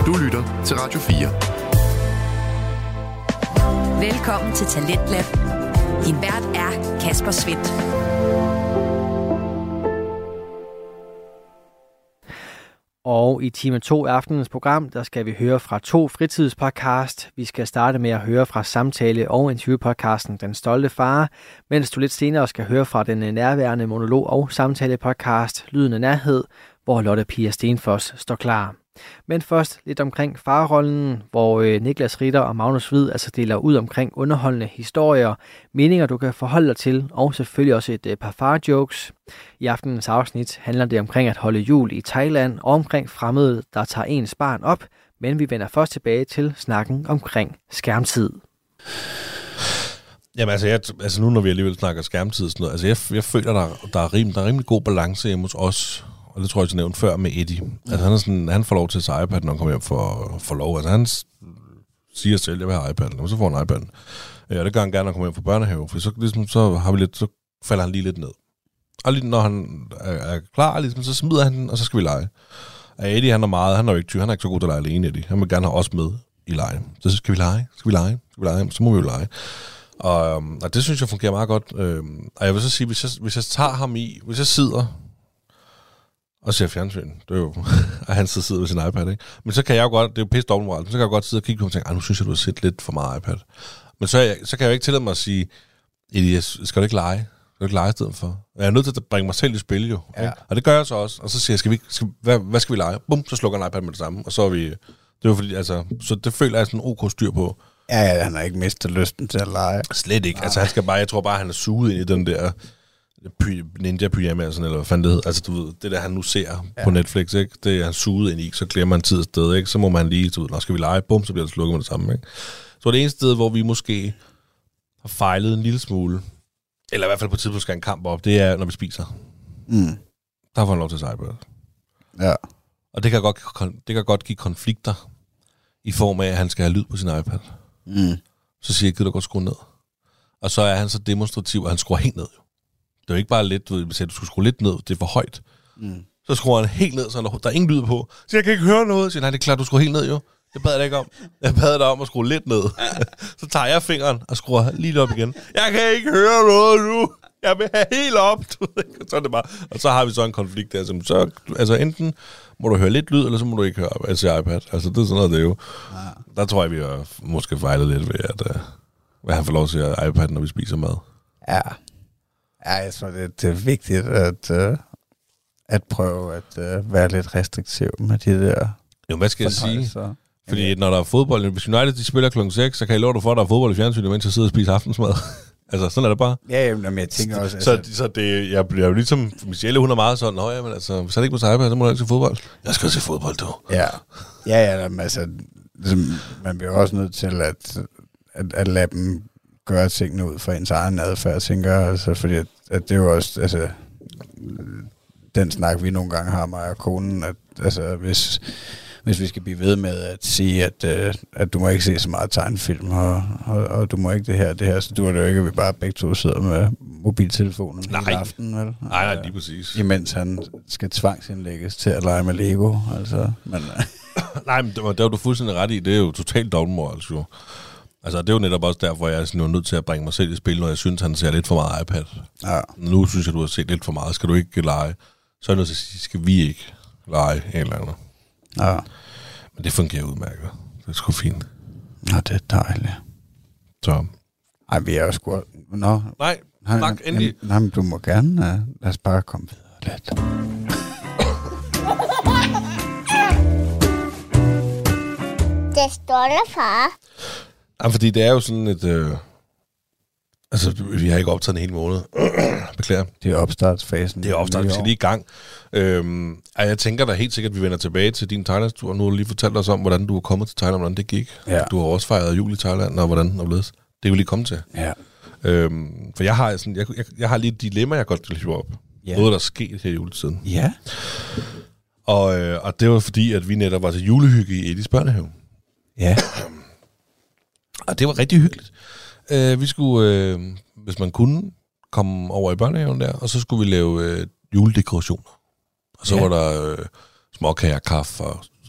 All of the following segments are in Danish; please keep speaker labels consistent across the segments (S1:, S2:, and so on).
S1: Du lytter til Radio 4.
S2: Velkommen til Talentlab. Din vært er Kasper Svendt.
S3: Og i time 2 af aftenens program, der skal vi høre fra 2 fritidspodcast. Vi skal starte med at høre fra samtale- og interviewpodcasten Den Stolte Far, mens du lidt senere skal høre fra den nærværende monolog- og samtalepodcast Lyden af Nærhed, hvor Lotte Pia Stenfoss står klar. Men først lidt omkring farrollen, hvor Niklas Ritter og Magnus Hvid altså deler ud omkring underholdende historier, meninger du kan forholde dig til, og selvfølgelig også et par farjokes. I aftenens afsnit handler det omkring at holde jul i Thailand og omkring fremmede, der tager ens barn op, men vi vender først tilbage til snakken omkring skærmtid.
S4: Jamen altså nu når vi alligevel snakker skærmtid og sådan noget, altså jeg føler, der er rimelig god balance hjemme hos os. Og det tror jeg, jeg nævnte før med Eddie. Altså han får lov til at tage iPad, når han kommer hjem for lov. Altså han siger selv, at jeg vil have iPad, og så får han iPad. Ja, det gør han gerne, når han kommer hjem fra børnehave, for så falder han lige lidt ned. Og lige når han er klar, ligesom, så smider han den, og så skal vi lege. Og Eddie, han er jo ikke tyr, han er ikke så god til at lege alene, Eddie. Han vil gerne have os med i lege. Så skal vi lege, så må vi jo lege. Og det synes jeg fungerer meget godt. Og jeg vil så sige, hvis jeg tager ham hvis jeg sidder og ser fjernsyn, det er jo, og han sidder med sin iPad, ikke? Men så kan jeg jo godt, det er jo pisse dobbeltmoral, så kan jeg godt sidde og kigge på og tænke, nu synes jeg, du har set lidt for meget iPad. Men så kan jeg jo ikke tillade mig at sige, Elias, skal du ikke lege? Skal du ikke lege i stedet for? Jeg er nødt til at bringe mig selv i spil, jo. Ja. Og det gør jeg så også. Og så siger jeg, hvad skal vi lege? Bum, så slukker han iPad med det samme. Og så er vi, det er jo fordi, altså, så det føler jeg sådan OK styr på.
S5: Ja, han har ikke mistet lysten til at lege.
S4: Slet ikke. Altså, jeg tror bare, han er suget ind i den der Ninja Pyjamasen, eller hvad fanden det hedder. Altså, du ved, det der, han nu ser på Netflix, ikke? Det er han suget ind i, så glemmer han tid og sted, ikke? Så må man lige, nå, skal vi lege? Bum, så bliver det slukket med det samme, ikke? Så det eneste sted, hvor vi måske har fejlet en lille smule, eller i hvert fald på et tidspunkt skal en kamp op, det er, når vi spiser. Der får han lov til at iPad.
S5: Ja.
S4: Og det kan godt give konflikter, i form af, at han skal have lyd på sin iPad. Så siger jeg, gider du godt skrue ned? Og så er han så demonstrativ, at han skruer helt ned, jo. Det er jo ikke bare lidt, du skulle skrue lidt ned, det er for højt. Så skruer han helt ned, så der er ingen lyd på. Så jeg kan ikke høre noget. Så siger, nej, det er klart, du skruer helt ned, jo. Det bad jeg ikke om. Jeg bad dig om at skrue lidt ned. Så tager jeg fingeren og skruer lige op igen. Jeg kan ikke høre noget nu. Jeg vil have helt op. Så er det bare. Og så har vi så en konflikt der. Så, altså enten må du høre lidt lyd, eller så må du ikke høre iPad. Altså det er sådan noget, det er jo. Der tror jeg, vi har måske fejlet lidt ved, at han får lov til at iPad, når vi spiser mad.
S5: Ja. Ja, jeg tror, det er vigtigt at prøve at være lidt restriktiv med de der.
S4: Jo, hvad skal jeg sige? Fordi når der er fodbold, hvis United de spiller klokken 6, så kan jeg love dig for, at der er fodbold i fjernsynet, mens jeg sidder og spiser aftensmad. Altså, sådan er det bare.
S5: Ja, men jeg tænker også.
S4: Så det, jeg bliver jo ligesom, Michelle, hun er meget sådan, men altså, hvis han ikke på sig iPad, så må du ikke se fodbold. Jeg skal se fodbold, du.
S5: Ja, men altså, man bliver også nødt til at lade dem gøre tingene ud fra ens egen adfærd, tænker jeg, altså, fordi at det er jo også, altså, den snak, vi nogle gange har, mig og konen, at altså, hvis vi skal blive ved med at sige, at du må ikke se så meget tegnefilm, og du må ikke det her, så duer det jo ikke, at vi bare begge to sidder med mobiltelefonen hele aften, vel?
S4: Nej, lige præcis.
S3: Imens han skal tvangsindlægges til at lege med Lego, altså. Men,
S4: nej, men det var du fuldstændig ret i, det er jo totalt dobbeltmoral, altså. Altså, det er jo netop også derfor, jeg er sådan nødt til at bringe mig selv i spil, når jeg synes, han ser lidt for meget iPad. Ja. Nu synes jeg, du har set lidt for meget. Skal du ikke lege? Så er jeg nødt til at sige, skal vi ikke lege en eller anden? Ja. Men det fungerer udmærket. Det er sgu fint.
S3: Nå, det er dejligt.
S4: Så.
S3: Ej, vi er jo sgu... Nå.
S4: Nej, snak endelig.
S3: Nej, men du må gerne... lad os bare komme videre lidt.
S6: Det stolte far.
S4: Ja, fordi det er jo sådan et... altså, vi har ikke optaget en hel måned. Beklager.
S3: Det er opstartsfasen.
S4: Det er opstart. Vi skal lige i gang. Jeg tænker da helt sikkert, at vi vender tilbage til din Thailandstur. Nu har du lige fortalt os om, hvordan du er kommet til Thailand, hvordan det gik. Ja. Du har også fejret jul i Thailand, og hvordan og det er jo lige kommet til. Ja. For jeg har sådan, jeg har lige et dilemma, jeg godt vil hive op. Ja. Noget, der er sket her i juletiden. Ja. Og det var fordi, at vi netop var til julehygge i Eddies børnehave. Ja. Og det var rigtig hyggeligt. Vi skulle, hvis man kunne, komme over i børnehaven der, og så skulle vi lave juledekorationer. Og så var der småkager, kaffe og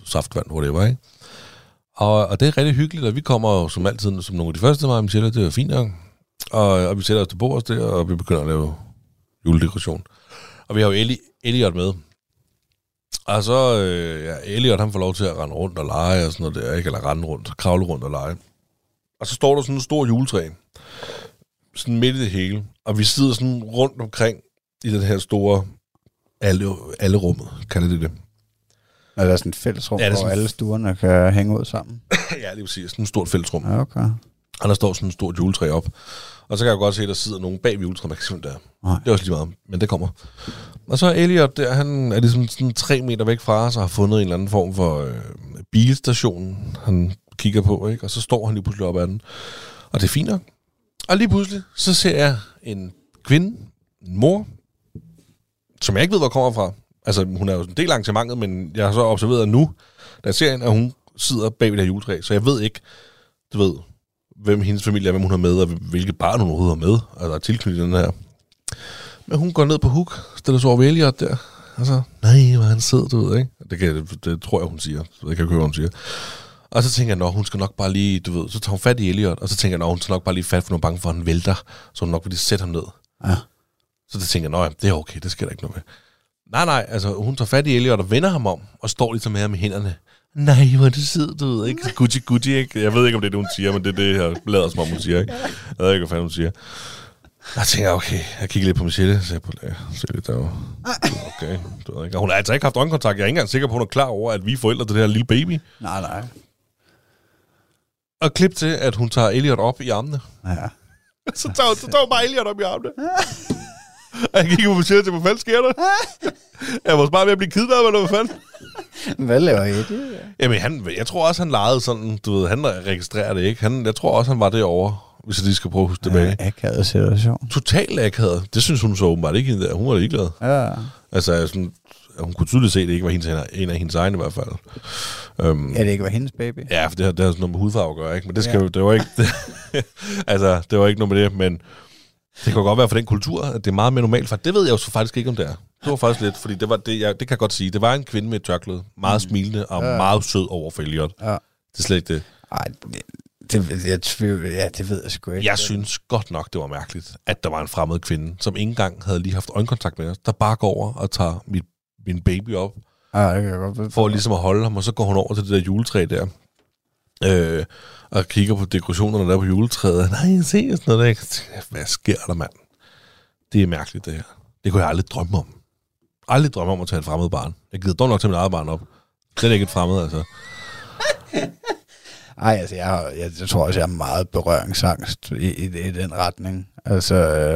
S4: saftvand, whatever, ikke? Og det er rigtig hyggeligt, og vi kommer jo som altid, som nogle af de første mig og Michelle, det er fint nok. Og vi sætter os til bordet der, og vi begynder at lave juledekoration. Og vi har jo Elliot med. Og så, Elliot, han får lov til at rende rundt og lege og sådan noget der, ikke? Eller rende rundt, kravle rundt og lege. Og så står der sådan en stor juletræ, sådan midt i det hele. Og vi sidder sådan rundt omkring i den her store alle rummet, kalder det.
S5: Og der er sådan et fællesrum, hvor alle stuerne kan hænge ud sammen.
S4: Ja, det vil sige, sådan et stort fællesrum.
S5: Ja, okay.
S4: Og der står sådan en stort juletræ op. Og så kan jeg godt se, at der sidder nogen bag juletræet, man kan se, der. Det er også lige meget, men det kommer. Og så er Elliot der, han er ligesom sådan 3 meter væk fra os, og har fundet en eller anden form for bilstation, han kigger på, ikke? Og så står han lige pludselig op ad den. Og det er fint nok. Og lige pludselig, så ser jeg en kvinde, en mor, som jeg ikke ved, hvor kommer fra. Altså, hun er jo en del af arrangementet, men jeg har så observeret nu, da jeg ser hende, at hun sidder bag ved det her juletræ. Så jeg ved ikke, du ved, hvem hendes familie er, hvem hun har med, og hvilket barn hun overhovedet har med, og der er tilknyttet den her. Men hun går ned på hook, stiller sig over ved Elliot der, og så, nej, hvor han sidder, du ved, ikke? Det tror jeg, hun siger. Jeg kan ikke høre, hvad hun siger. Og så tænker jeg, hun skal nok bare lige, du ved, så tager hun fat i Elliot, og så tænker jeg, hun skal nok bare lige fat, for hun er bange for, at han vælter, så hun nok vil lige sætte ham ned.
S5: Ja.
S4: Så det tænker jeg, det er okay, det sker der ikke noget med. Nej, altså hun tager fat i Elliot og vender ham om, og står ligesom med ham i hænderne. Nej, hvor er det sidder, du ved, ikke? Gucci, ikke? Jeg ved ikke, om det er det, hun siger, men det er det, jeg lader som om, hun siger, ikke? Jeg ved ikke, hvad fanden hun siger. Jeg tænker, okay, jeg kigger lidt på Michelle, så jeg på det, så lidt der. Okay, du ved ikke. Og hun har altså ikke haft øjenkontakt. Jeg er ikke engang sikker på, at hun er klar over, at vi er forældre til det her lille baby.
S5: Nej.
S4: Og klip til, at hun tager Elliot op i armene.
S5: Ja.
S4: så tager hun bare Elliot op i armene. Og jeg kigger på Michelle til, hvad fanden sker der? Jeg var bare ved at blive kidnappet, eller hvad fanden?
S5: Hvad laver I det?
S4: Jamen, jeg tror også, han legede sådan, du ved, han registrerer det ikke. Jeg tror også, han var derovre, hvis jeg lige skal prøve at huske tilbage.
S5: Ja, akavet situation.
S4: Totalt akavet. Det synes hun så åbenbart ikke hende der. Hun var ligeglad.
S5: Ja.
S4: Altså, sådan, hun kunne tydeligt se, at det ikke var en af hendes egne i hvert fald.
S5: Ja, det ikke var hendes baby.
S4: Ja, for det har sådan noget med hudfarve at gøre, ikke? Men det skal jo, det var ikke... altså, det var ikke noget med det, men... Det kan godt være for den kultur, at det er meget mere normalt. For det ved jeg jo så faktisk ikke om det er. Det var faktisk lidt, fordi det var det, det kan jeg godt sige. Det var en kvinde med et tørklæde, meget smilende og meget sød over for Elliot. Ja. Det er slet ikke det.
S5: Ej, det ved jeg sgu ikke.
S4: Jeg synes godt nok, det var mærkeligt, at der var en fremmed kvinde, som ikke engang havde lige haft øjenkontakt med os, der bare går over og tager min baby op,
S5: det kan jeg godt
S4: for ligesom at holde ham, og så går hun over til det der juletræ der. Og kigger på dekorationerne der på juletræet. Nej, se sådan noget der. Hvad sker der, mand? Det er mærkeligt, det her. Det kunne jeg aldrig drømme om. Aldrig drømme om at tage et fremmed barn. Jeg gider dog nok tage mit eget barn op. Det er ikke et fremmed, altså.
S5: Ej, altså, jeg tror også, jeg er meget berøringsangst i den retning. Altså,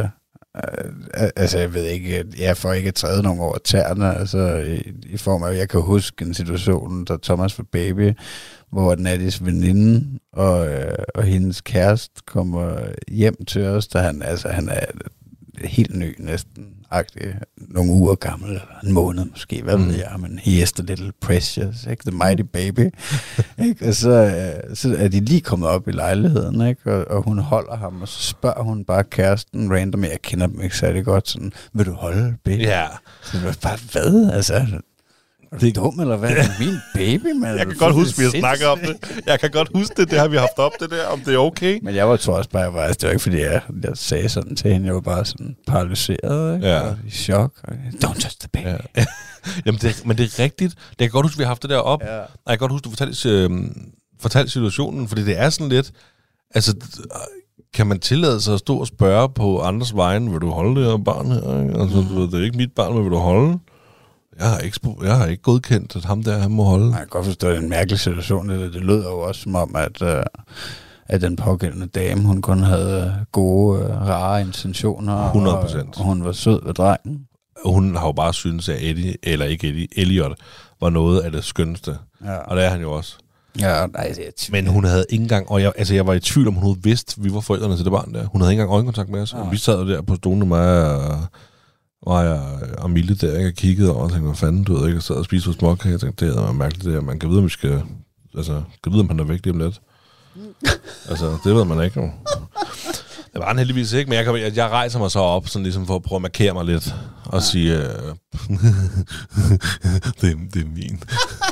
S5: jeg ved ikke, jeg får ikke træde nogen over tæerne, altså i form af, at jeg kan huske en situation, da Thomas var baby, hvor Natties veninde og hendes kæreste kommer hjem til os, da han er helt ny næsten, nogle uger gammel, eller en måned måske, hvad ved jeg, men he is the little precious, ikke? The mighty baby. Ikke? Og så er de lige kommet op i lejligheden, ikke? Og hun holder ham, og så spørger hun bare kæresten random, jeg kender dem ikke særlig godt, sådan, vil du holde baby?
S4: Ja.
S5: Så det var bare, hvad? Altså, det er dum, eller hvad? Min baby, man.
S4: Jeg kan godt huske, vi har snakket om det. Jeg kan godt huske det har vi haft op, det der, om det er okay.
S5: Men jeg tror også bare, det var ikke fordi, jeg sagde sådan til hende. Jeg var bare sådan paralyseret, ikke? Og i chok. Don't touch the baby. Ja.
S4: Jamen, men det er rigtigt. Jeg kan godt huske, vi har haft det der op. Ja. Jeg kan godt huske, du fortalte situationen, fordi det er sådan lidt... Altså, kan man tillade sig at stå og spørge på andres vegne, vil du holde det her barn her? Altså, det er ikke mit barn, men vil du holde? Jeg har ikke godkendt, at ham der, han må holde.
S5: Jeg kan godt forstå, det er en mærkelig situation. Det lød jo også som om, at den pågældende dame, hun kun havde gode, rare intentioner.
S4: 100%.
S5: Og hun var sød ved drengen.
S4: Hun har jo bare syntes, at Elliot var noget af det skønneste. Ja. Og det er han jo også.
S5: Ja, nej,
S4: men hun havde ikke engang, og jeg var i tvivl, om hun havde vidst, vi var forældrene til det barn der. Hun havde ikke engang øjenkontakt med os. Ja. Vi sad der på stolen med mig og Mille der, ikke, og kiggede over og tænkte, hvad fanden, du ved ikke, og sad og spiste på småkage. Jeg tænkte, det er mærkeligt, det her. Man kan vide, om vi skal, kan vide, om han er væk lige om lidt. Altså, det ved man ikke. Jo. Det var han heldigvis ikke, men jeg rejser mig så op, sådan ligesom for at prøve at markere mig lidt, og sige, det er min.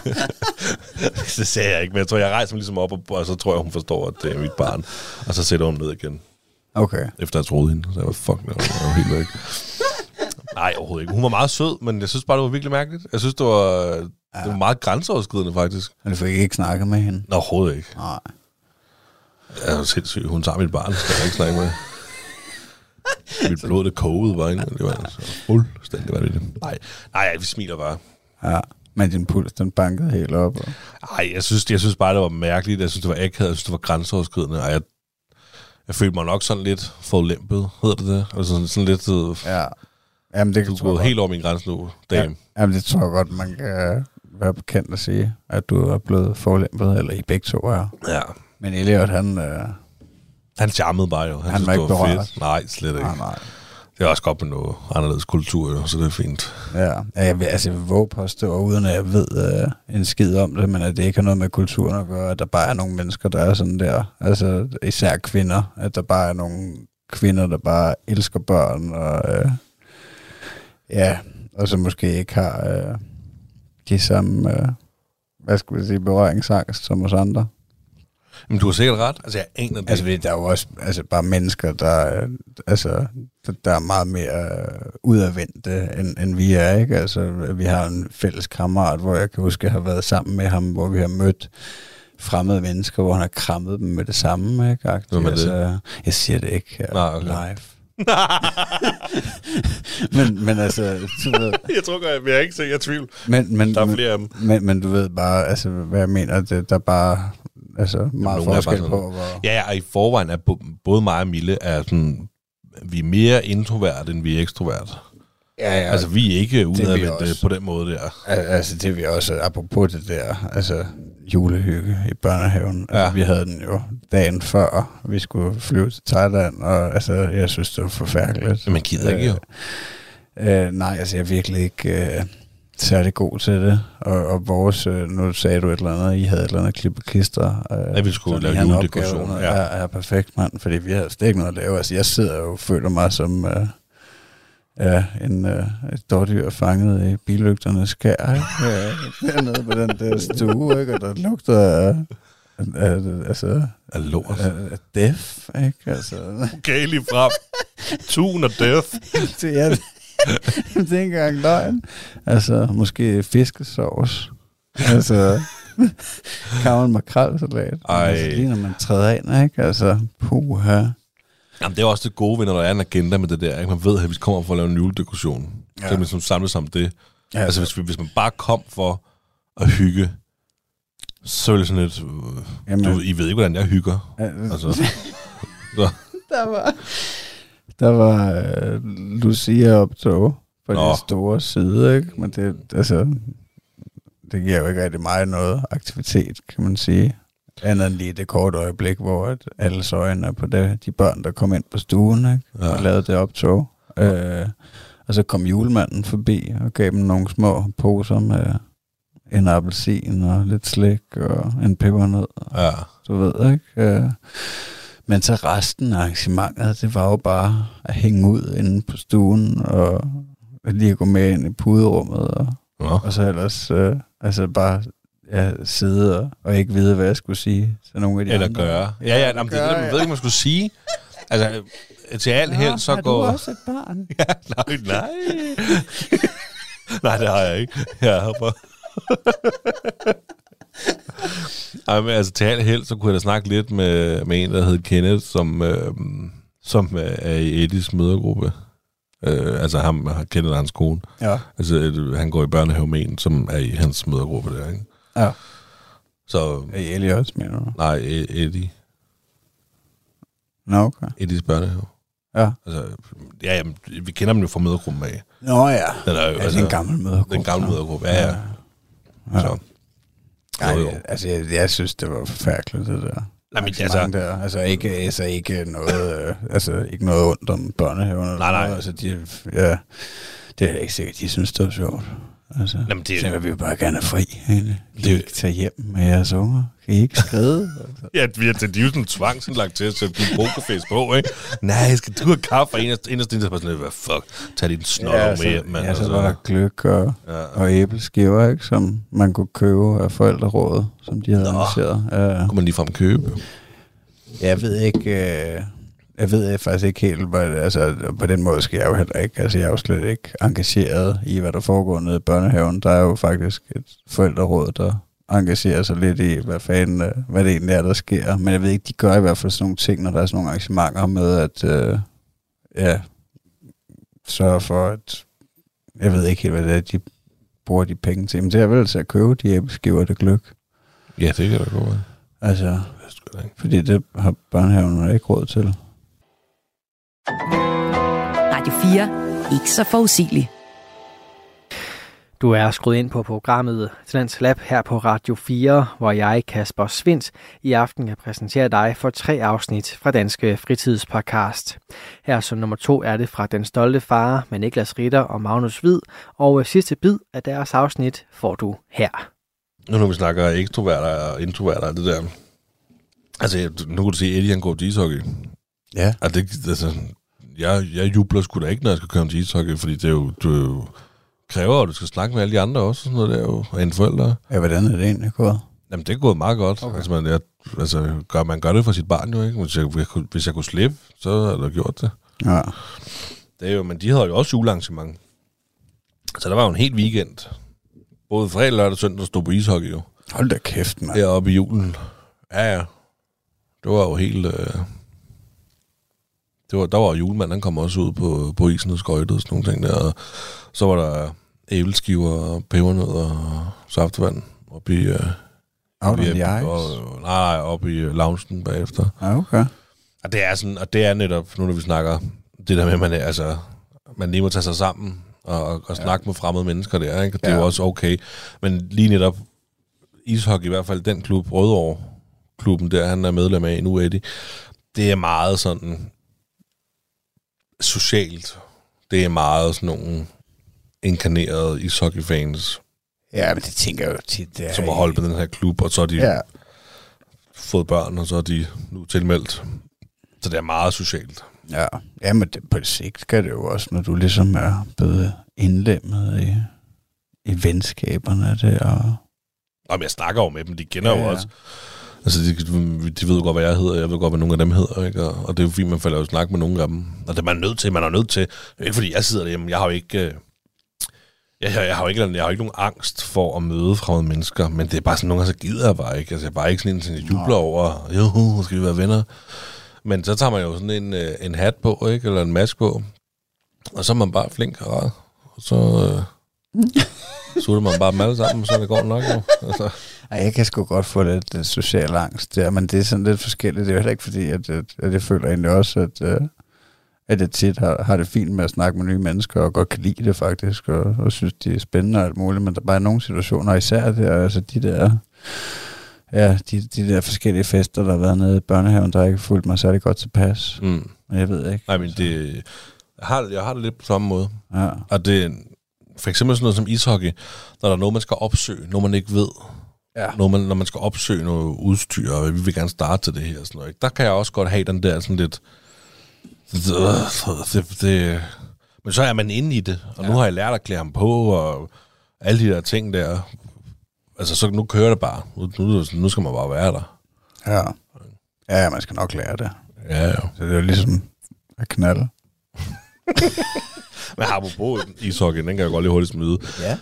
S4: Det sagde jeg ikke, men jeg tror, jeg rejser mig ligesom op, og så tror jeg, hun forstår, at det er mit barn. Og så sætter hun ned igen.
S5: Okay.
S4: Efter jeg troede hende. Så jeg var, fuck, det var helt væk. Nej, overhovedet ikke. Hun var meget sød, men jeg synes bare, det var virkelig mærkeligt. Jeg synes, det var meget grænseoverskridende, faktisk.
S5: Men du fik ikke snakket med hende?
S4: Nå, overhovedet ikke.
S5: Nej.
S4: Jeg er sindssygt. Hun tager mit barn, skal jeg ikke snakke med. Mit blod, det kogede bare, ikke? Det var altså fuldstændig vanvittigt. Nej, vi smiler bare.
S5: Ja, men din puls, den bankede helt op. Og...
S4: Nej, jeg synes bare, det var mærkeligt. Jeg synes, det var akavet. Jeg synes, det var grænseoverskridende. Og jeg følte mig nok sådan lidt forulempet, hedder det? Altså sådan lidt...
S5: Ja. Jamen, det
S4: du er gået helt over min grænse nu, dame.
S5: Ja, jamen, det tror jeg godt, man kan være bekendt at sige, at du er blevet forulempet, eller I begge to er.
S4: Ja.
S5: Men Elliot,
S4: han charmede bare jo.
S5: Han var ikke berørt.
S4: Fedt. Nej, slet ikke.
S5: Nej.
S4: Det er også godt med noget anderledes kultur, jo, så det er fint.
S5: Ja, jeg vil våge påstå, uden at jeg ved en skid om det, men at det ikke har noget med kulturen at gøre, at der bare er nogle mennesker, der er sådan der. Altså især kvinder. At der bare er nogle kvinder, der bare elsker børn, og og så måske ikke har de samme, berøringsangst som os andre.
S4: Men du har sikkert ret. Altså, jeg aner det.
S5: Altså, der er jo også bare mennesker, der er meget mere udadvendte, end vi er, ikke? Altså, vi har en fælles kammerat, hvor jeg kan huske, at jeg har været sammen med ham, hvor vi har mødt fremmede mennesker, hvor han har krammet dem med det samme, ikke? Altså, jeg siger det ikke live. men altså, du ved...
S4: Jeg tror godt, jeg ikke sikkert tvivl.
S5: Men,
S4: der er flere af dem.
S5: Men du ved bare, altså, hvad jeg mener, der er bare... Altså, meget forskel på, hvor...
S4: Ja, og i forvejen er både mig og Mille er sådan... Vi er mere introvert, end vi er ekstrovert.
S5: Ja.
S4: Altså, vi er ikke udadvendte på den måde der.
S5: Altså, det er vi også, apropos det der, altså, julehygge i børnehaven. Ja. Altså, vi havde den jo dagen før, vi skulle flyve til Thailand, og altså, jeg synes, det var forfærdeligt.
S4: Men man gider ikke jo.
S5: Nej, altså, jeg er virkelig ikke... særlig god til det, og vores, nu sagde du et eller andet, I havde et eller andet klip og klister.
S4: Vi skulle lave juledekoration.
S5: Ja, perfekt, mand, fordi vi havde slet ikke noget at lave. Altså, jeg sidder jo og føler mig som et dårdyr fanget i billygternes skær, ikke? Dernede på den der stue, ikke? Og der lugter af
S4: lort.
S5: Af def, ikke? Altså.
S4: Okay, lige frem. Tun og def.
S5: Det er det er ikke engang løgn. Altså, måske fiskesovs. Altså, gammel makrelsalat. Altså, lige når man træder ind, ikke? Altså, puha.
S4: Jamen, det er også det gode ved, når der er en agenda med det der, ikke? Man ved, at vi kommer for at lave en juledekoration. Ja. Så kan man ligesom samles om det. Ja, altså, hvis man bare kom for at hygge, så er det sådan lidt... I ved ikke, hvordan jeg hygger. Altså, så. Der
S5: var Lucia-optog på den store side, ikke? Men det, altså, det giver jo ikke rigtig meget noget aktivitet, kan man sige. Andet end lige det korte øjeblik, hvor at alle øjne er på de børn, der kom ind på stuen, ikke? Ja. Og lavede det optog. Og så kom julemanden forbi og gav dem nogle små poser med en appelsin og lidt slik og en pebernød.
S4: Ja.
S5: Du ved, ikke? Men så resten af arrangementet, det var jo bare at hænge ud inde på stuen og lige gå med ind i puderummet og så ellers bare sidde og ikke vide, hvad jeg skulle sige til nogle af de
S4: andre.
S5: Eller
S4: gøre. Ja, jamen, det er det, man ved ikke, man skulle sige. Altså, til alt held, så går...
S5: Har du også et barn?
S4: Ja, nej. Nej, det har jeg ikke. Jeg har bare... Ej, men altså til alt held, så kunne jeg da snakke lidt med en, der hed Kenneth, som er i Eddies mødergruppe. Altså ham har Kenneth hans kone.
S5: Ja.
S4: Altså han går i børnehave med en, som er i hans mødergruppe der, ikke?
S5: Ja.
S4: Så...
S5: Er Ellie også, mener du?
S4: Nej, Eddie.
S5: Nå, okay.
S4: Eddies børnehave.
S5: Ja.
S4: Altså, jamen, vi kender dem jo fra mødergruppen af.
S5: Nå ja.
S4: Den er jo,
S5: det er en gammel mødergruppe.
S4: Den gamle mødergruppe, ja. Så...
S5: Jeg synes, det var forfærdeligt, det der.
S4: Nej, men
S5: ikke noget, ikke noget ondt om børnehaven.
S4: Nej.
S5: Altså, det er ikke sikkert, de synes, det var sjovt. Altså,
S4: Jamen, det er-
S5: så vil vi bare gerne have fri. Egentlig. Kan I ikke tage hjem med jeres unger? Kan I ikke skride? Altså.
S4: Ja, de er jo sådan tvangsindlagt til at sætte din pokerface på, ikke? Nej, skal du have kaffe? Og inderst bare sådan, hvad fuck, tag din snor med hjem, mand.
S5: Ja, så var der gløk og æbleskiver, ikke, som man kunne købe af forældrerådet, som de havde arrangeret.
S4: Kunne man ligefrem købe?
S5: Jeg ved ikke... Jeg ved faktisk ikke helt, altså på den måde skal jeg jo heller ikke. Altså jeg er jo slet ikke engageret i, hvad der foregår nede i børnehaven. Der er jo faktisk et forældreråd, der engagerer sig lidt i, hvad det egentlig er, der sker. Men jeg ved ikke, de gør i hvert fald sådan nogle ting, når der er sådan nogle arrangementer med at sørge for, at jeg ved ikke helt, hvad det er, de bruger de penge til. Men det er vel til at købe de æbleskiver, det gløk.
S4: Ja, det kan da gå.
S5: Altså, fordi det har børnehaven ikke råd til.
S2: Radio 4. Ikke så forudsigelig.
S3: Du er skruet ind på programmet Talents Lab her på Radio 4, hvor jeg, Kasper Svindt, i aften kan præsentere dig for 3 afsnit fra Danske Fritidspodcast. Her som nummer 2 er det fra Den Stolte Far med Niklas Ritter og Magnus Hvid, og sidste bid af deres afsnit får du her.
S4: Nu når vi snakker ekstroverter og introverter, det der... Altså, nu kan du se, Eddie han går til ishockey.
S5: Ja.
S4: Altså, jeg jubler sgu da ikke, når jeg skal køre til ishockey, fordi det er jo kræver, at du skal snakke med alle de andre også, sådan noget der jo, og en forældre.
S5: Ja, hvordan er det egentlig gået?
S4: Jamen, det er gået meget godt. Okay. Man gør det for sit barn jo, ikke? Hvis jeg kunne slippe, så havde jeg gjort det.
S5: Ja.
S4: Det er jo, men de havde jo også julearrangement. Så der var jo en hel weekend. Både fredag, lørdag og søndag stod på ishockey jo.
S5: Hold da kæft, mand.
S4: Heroppe i julen. Ja. Det var jo helt... Der var julemanden, han kom også ud på isen og skøjtede og sådan nogle ting der. Og så var der æbleskiver og pebernødder og saftevand oppe i...
S5: Out on the ice?
S4: Oppe i loungen bagefter.
S5: Ja, okay.
S4: Og det er sådan, og det er netop, nu når vi snakker, det der med, at man lige må tage sig sammen og snakke med fremmede mennesker der, ikke? Det er jo også okay. Men lige netop ishockey, i hvert fald den klub, Rødovre-klubben der, han er medlem af nu, Eddie, det er meget sådan socialt. Det er meget sådan nogle inkarnerede ishockeyfans.
S5: Ja, men det tænker jeg jo tit. Det
S4: som har holdt på den her klub, og så har de fået børn, og så er de nu tilmeldt. Så det er meget socialt.
S5: Ja, men på sigt skal det jo også, når du ligesom er blevet indlemmet i venskaberne der.
S4: Jamen, jeg snakker jo med dem, de kender jo også. Altså, de ved jo godt, hvad jeg hedder, jeg ved godt, hvad nogle af dem hedder, ikke? Og det er jo fint, man falder jo snakke med nogle af dem. Og det er man nødt til. Det er ikke fordi, jeg sidder derhjemme. Jeg har jo ikke... Jeg har ikke nogen angst for at møde fremmede mennesker, men det er bare sådan nogle gange, så gider jeg bare ikke. Altså, jeg er bare ikke sådan en, jeg jubler over, jo, skal vi være venner? Men så tager man jo sådan en hat på, ikke? Eller en maske på, og så er man bare flink og rar. Og så sutter man bare dem alle sammen, så det går nok jo. Altså.
S5: Ej, jeg kan sgu godt få lidt social angst der, men det er sådan lidt forskelligt. Det er jo heller ikke fordi, at jeg føler egentlig også, at jeg tit har det fint med at snakke med nye mennesker, og godt kan lide det faktisk, og synes, de er spændende og alt muligt, men der er bare nogle situationer, især der, altså de der forskellige fester, der har været nede i børnehaven, der ikke fulgt mig særlig godt tilpas. Men jeg ved ikke.
S4: Nej, men jeg har det lidt på samme måde.
S5: Ja.
S4: Og det for eksempel sådan noget som ishockey, når der er noget, man skal opsøge, noget man ikke ved. Ja. Når man skal opsøge noget udstyr, og vi vil gerne starte til det her. Sådan noget. Der kan jeg også godt have den der sådan lidt... Men så er man inde i det, og nu har jeg lært at klæde ham på, og alle de der ting der. Altså, så nu kører det bare. Nu skal man bare være der.
S5: Ja, man skal nok lære det.
S4: Ja.
S5: Så det er jo ligesom at knalde.
S4: Men apropos ishockey, den kan jeg godt lige hurtigt smide.
S5: Ja.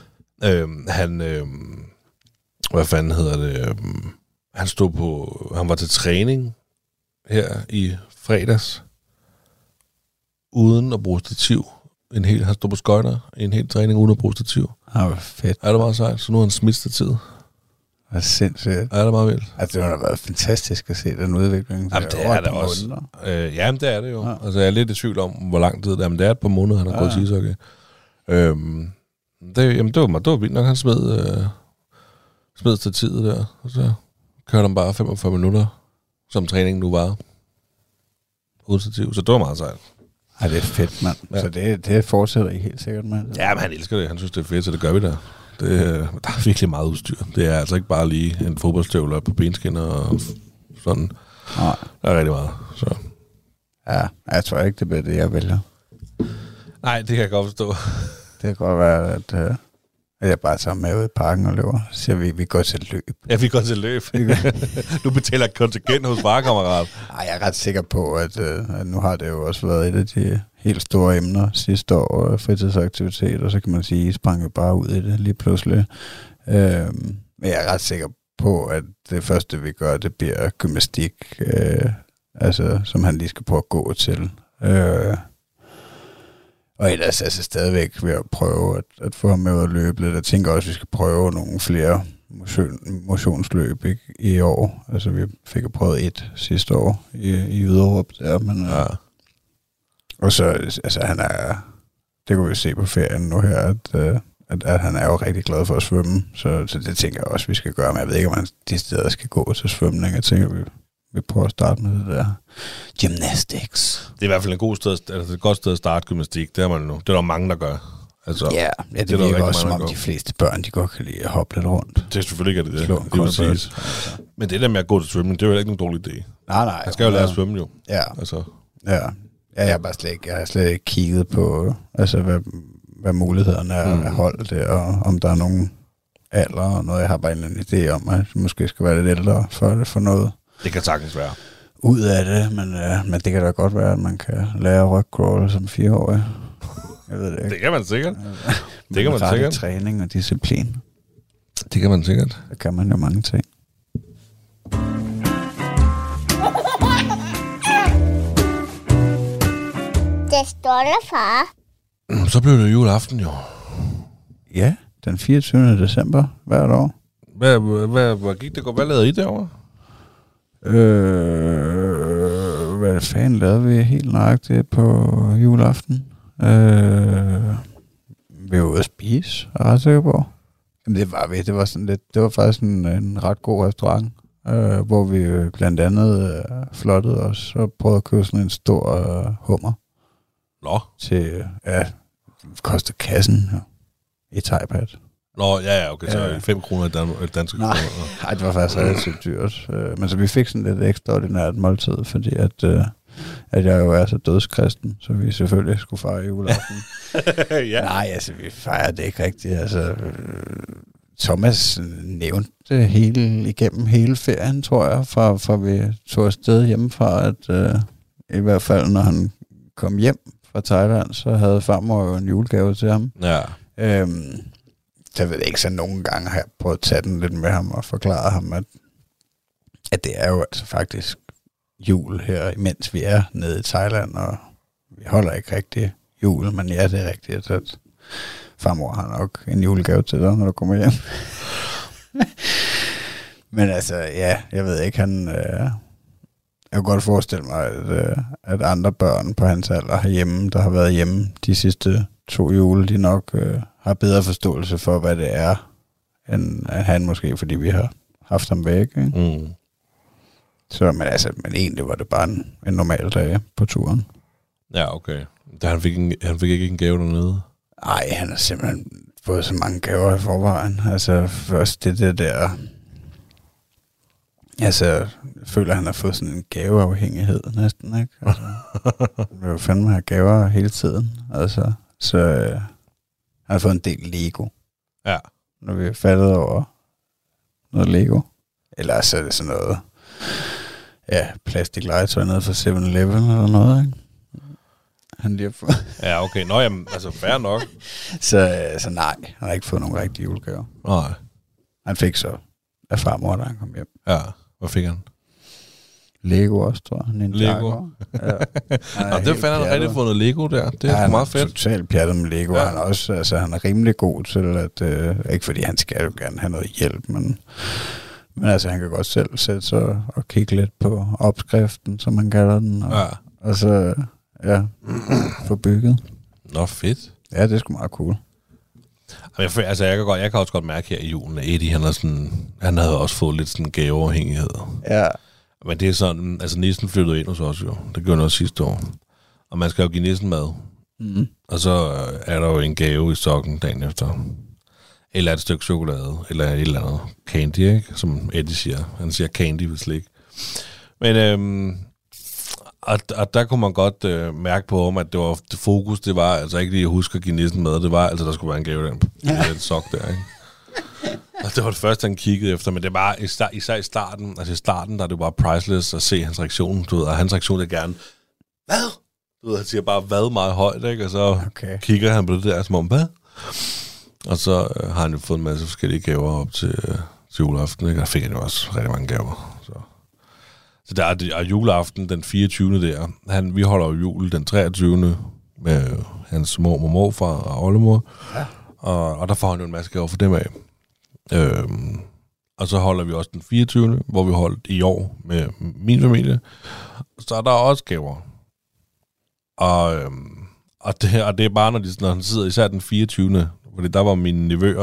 S4: Hvad fanden hedder det? Han var til træning her i fredags, uden at bruge stativ. Han stod på skøjter i en hel træning uden at bruge stativ.
S5: Hvor fedt.
S4: Er det meget sejt? Så nu har han smidt stativet.
S5: Det er sindssygt.
S4: Er det meget vildt?
S5: Altså, det har været fantastisk at se den udvikling.
S4: Jamen, det er det også. Jamen, det er det jo. Ja. Altså, jeg er lidt i tvivl om, hvor lang tid det er, men det er et par måneder, han har gået til ishockey. Det var vildt nok, han smed stativet der, og så kørte han bare 45 minutter, som træningen nu var. Uden stativ, så det var meget sejt.
S5: Ja, det er fedt, mand. Ja. Så det fortsætter I helt sikkert, mand.
S4: Ja, men han elsker det. Han synes, det er fedt, så det gør vi da. Der er virkelig meget udstyr. Det er altså ikke bare lige en fodboldstøvler på benskinner og sådan.
S5: Nej.
S4: Der er rigtig meget. Så.
S5: Ja, jeg tror ikke, det bliver det, jeg vælger.
S4: Nej, det kan jeg godt forstå.
S5: Det kan godt være, at jeg bare tager med ud i parken og løber. Så siger vi går til løb.
S4: Ja, vi går til løb. Du betaler kontingent hos varekammerat.
S5: Nej, jeg er ret sikker på, at nu har det jo også været et af de helt store emner sidste år, fritidsaktivitet, og så kan man sige, at I sprang jo bare ud i det lige pludselig. Men jeg er ret sikker på, at det første, vi gør, det bliver gymnastik, som han lige skal prøve at gå til. Og ellers altså stadigvæk ved at prøve at få ham med ud at løbe lidt. Jeg tænker også, at vi skal prøve nogle flere motionsløb i år. Altså vi fik prøvet et sidste år i Yderup der, men ja. Og så altså han er, det kunne vi se på ferien nu her, at han er jo rigtig glad for at svømme. Så det tænker jeg også, vi skal gøre. Men jeg ved ikke, om han de steder skal gå til svømning. Jeg tænker, vi prøver at starte med det der gymnastics.
S4: Det er i hvert fald et godt sted at starte gymnastik. Det er man nu. Det er der mange, der gør. Altså,
S5: ja, det virker også som om de fleste børn, de godt kan lide at hoppe lidt rundt.
S4: Det er selvfølgelig ikke det. Men det der med at gå til svømning, det er jo ikke nogen dårlig idé.
S5: Nej.
S4: Man skal jo lære at svømme jo.
S5: Ja.
S4: Altså.
S5: Ja, jeg har slet ikke kigget på, altså hvad mulighederne er at holde det, og om der er nogen alder og noget. Jeg har bare en eller anden idé om, at jeg måske skal være lidt ældre for noget.
S4: Det kan sagtens være.
S5: Ud af det, men det kan da godt være, at man kan lære rygcrawl som 4-årig. Jeg ved det ikke.
S4: Det kan man sikkert. Det kan man sikkert.
S5: Træning og disciplin.
S4: Det kan man sikkert.
S5: Der kan man jo mange ting.
S6: Det står der, far.
S4: Så blev det juleaften jo.
S5: Ja, den 24. december hvert år.
S4: Hvad gik det godt? Hvad lavede I derovre?
S5: Hvad fanden lavede vi helt nøjagtigt på juleaften? Vi var ude at spise, er ret sikker på. Jamen, det var vi. Det var sådan lidt. Det var faktisk en ret god restaurant, hvor vi blandt andet flottede os og prøvede at købe sådan en stor hummer.
S4: Nå.
S5: Til, kostede kassen i Thai-pad.
S4: Nå, ja, okay, så 5 kroner i danske kroner.
S5: Nej, det var faktisk relativt dyrt. Men så vi fik sådan lidt ekstraordinært måltid, fordi at jeg jo er så dødskristen, så vi selvfølgelig skulle fejre juleaften.
S4: Ja.
S5: Nej, altså vi fejrer det ikke rigtigt. Altså, Thomas nævnte det igennem hele ferien, tror jeg, fra vi tog afsted hjemmefra, at i hvert fald når han kom hjem fra Thailand, så havde farmor jo en julegave til ham.
S4: Ja.
S5: Så jeg ved ikke, så nogle gange har jeg prøvet at tage den lidt med ham og forklare ham, at det er jo altså faktisk jul her, imens vi er nede i Thailand, og vi holder ikke rigtig jul, men ja, det er rigtigt, at farmor har nok en julegave til dig, når du kommer hjem. Men altså, ja, jeg ved ikke, jeg kan godt forestille mig, at andre børn på hans alder herhjemme, der har været hjemme de sidste 2 jule, de nok har bedre forståelse for, hvad det er, end han måske, fordi vi har haft ham væk. Ikke? Mm. Så, men egentlig var det bare en normal dag på turen.
S4: Ja, okay. Han fik ikke en gave dernede?
S5: Nej, han har simpelthen fået så mange gaver i forvejen. Altså, først det der. Altså, jeg føler, at han har fået sådan en gaveafhængighed næsten, ikke? Altså, vi vil jo fandme have gaver hele tiden. Altså, så han har fået en del Lego.
S4: Ja.
S5: Når vi er faldet over noget Lego. Eller så er det sådan noget, plastiklegetøj nede fra 7-Eleven eller noget, ikke? Han lige har fået.
S4: Ja, okay. Nå, jamen, altså, fair nok.
S5: så nej, han har ikke fået nogen rigtige julegaver.
S4: Nej.
S5: Han fik så af farmor, da han kom hjem.
S4: Ja, hvad fik han?
S5: Lego også, tror jeg.
S4: Lego? Ja. Det fandt han rigtig fundet Lego der. Det er meget fedt. Han er
S5: totalt pjattet med Lego. Ja. Han er også, altså, han er rimelig god til at, ikke fordi han skal jo gerne have noget hjælp, men altså, han kan godt selv sætte sig og kigge lidt på opskriften, som man kalder den, og så, få bygget.
S4: Nå, fedt.
S5: Ja, det er sgu meget cool.
S4: Jeg kan også godt mærke her i julen, at Eddie, han havde også fået lidt sådan gaveafhængighed.
S5: Ja.
S4: Men det er sådan, altså nissen flyttede ind hos os jo. Det gjorde noget sidste år. Og man skal jo give nissen mad. Mm. Og så er der jo en gave i sokken dagen efter. eller et stykke chokolade, eller et eller andet candy, ikke? Som Eddie siger. Han siger candy ved slik. Men og der kunne man godt mærke på ham, at det fokus, det var altså ikke lige at huske at give nissen mad, det var altså, der skulle være en gave den sok der, ikke? Og det var det første, han kiggede efter, men det var især i starten, der er det bare priceless at se hans reaktion, du ved, og hans reaktion er gerne, hvad? Du ved, han siger bare, hvad meget højt, ikke? Og så kigger han på det der, som om, hvad? Og så har han jo fået en masse forskellige gaver op til juleaften, ikke? Og der fik han jo også rigtig mange gaver, så der er juleaften den 24. der. Vi holder jo jul den 23. med hans mor og morfar og oldemor. Ja. Og der får han jo en masse gaver for dem af. Og så holder vi også den 24. hvor vi holdt i år med min familie. Så er der også gaver. Og det er bare, når han sidder især den 24. Fordi der var mine nevøer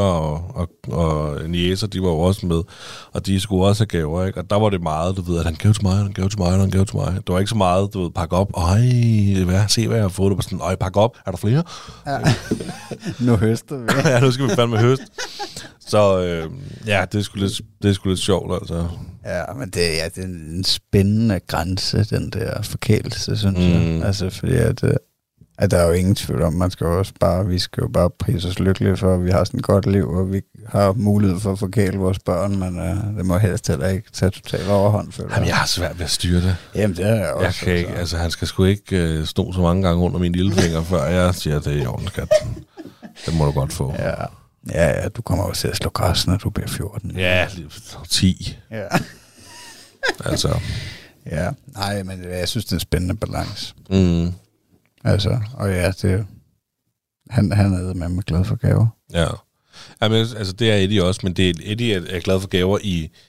S4: og niecer, de var jo også med, og de skulle også have gaver, ikke? Og der var det meget, du ved, at han gav til mig, han gav til mig, han gav til mig. Det var ikke så meget, du ved, pakke op, se hvad jeg har fået, det var sådan, pakke op, er der flere?
S5: Ja. Nu høster vi.
S4: Ja, nu skal vi fandme høste. Så det er sgu lidt sjovt, altså. Ja,
S5: men det er en spændende grænse, den der forkælelse, synes jeg. Altså, fordi at der er jo ingen tvivl om, vi skal jo bare prise os lykkelige for, at vi har sådan et godt liv, og vi har mulighed for at forkæle vores børn, men det må helst heller ikke tage totalt overhånd.
S4: Jamen, jeg har svært ved at styre det.
S5: Jamen, det er jeg også.
S4: Jeg kan ikke, altså, han skal sgu ikke stå så mange gange under mine lillefinger, før jeg siger, det er i orden, skat. Det må du godt få.
S5: Ja, du kommer også til at slå græs, når du bliver 14.
S4: Ja, 10.
S5: Ja.
S4: Altså.
S5: Ja, nej, men jeg synes, det er en spændende balance.
S4: Mm.
S5: Altså, og ja, han er med glad for gaver.
S4: Ja. Jamen, altså, det er Eddie også, men Eddie er glad for gaver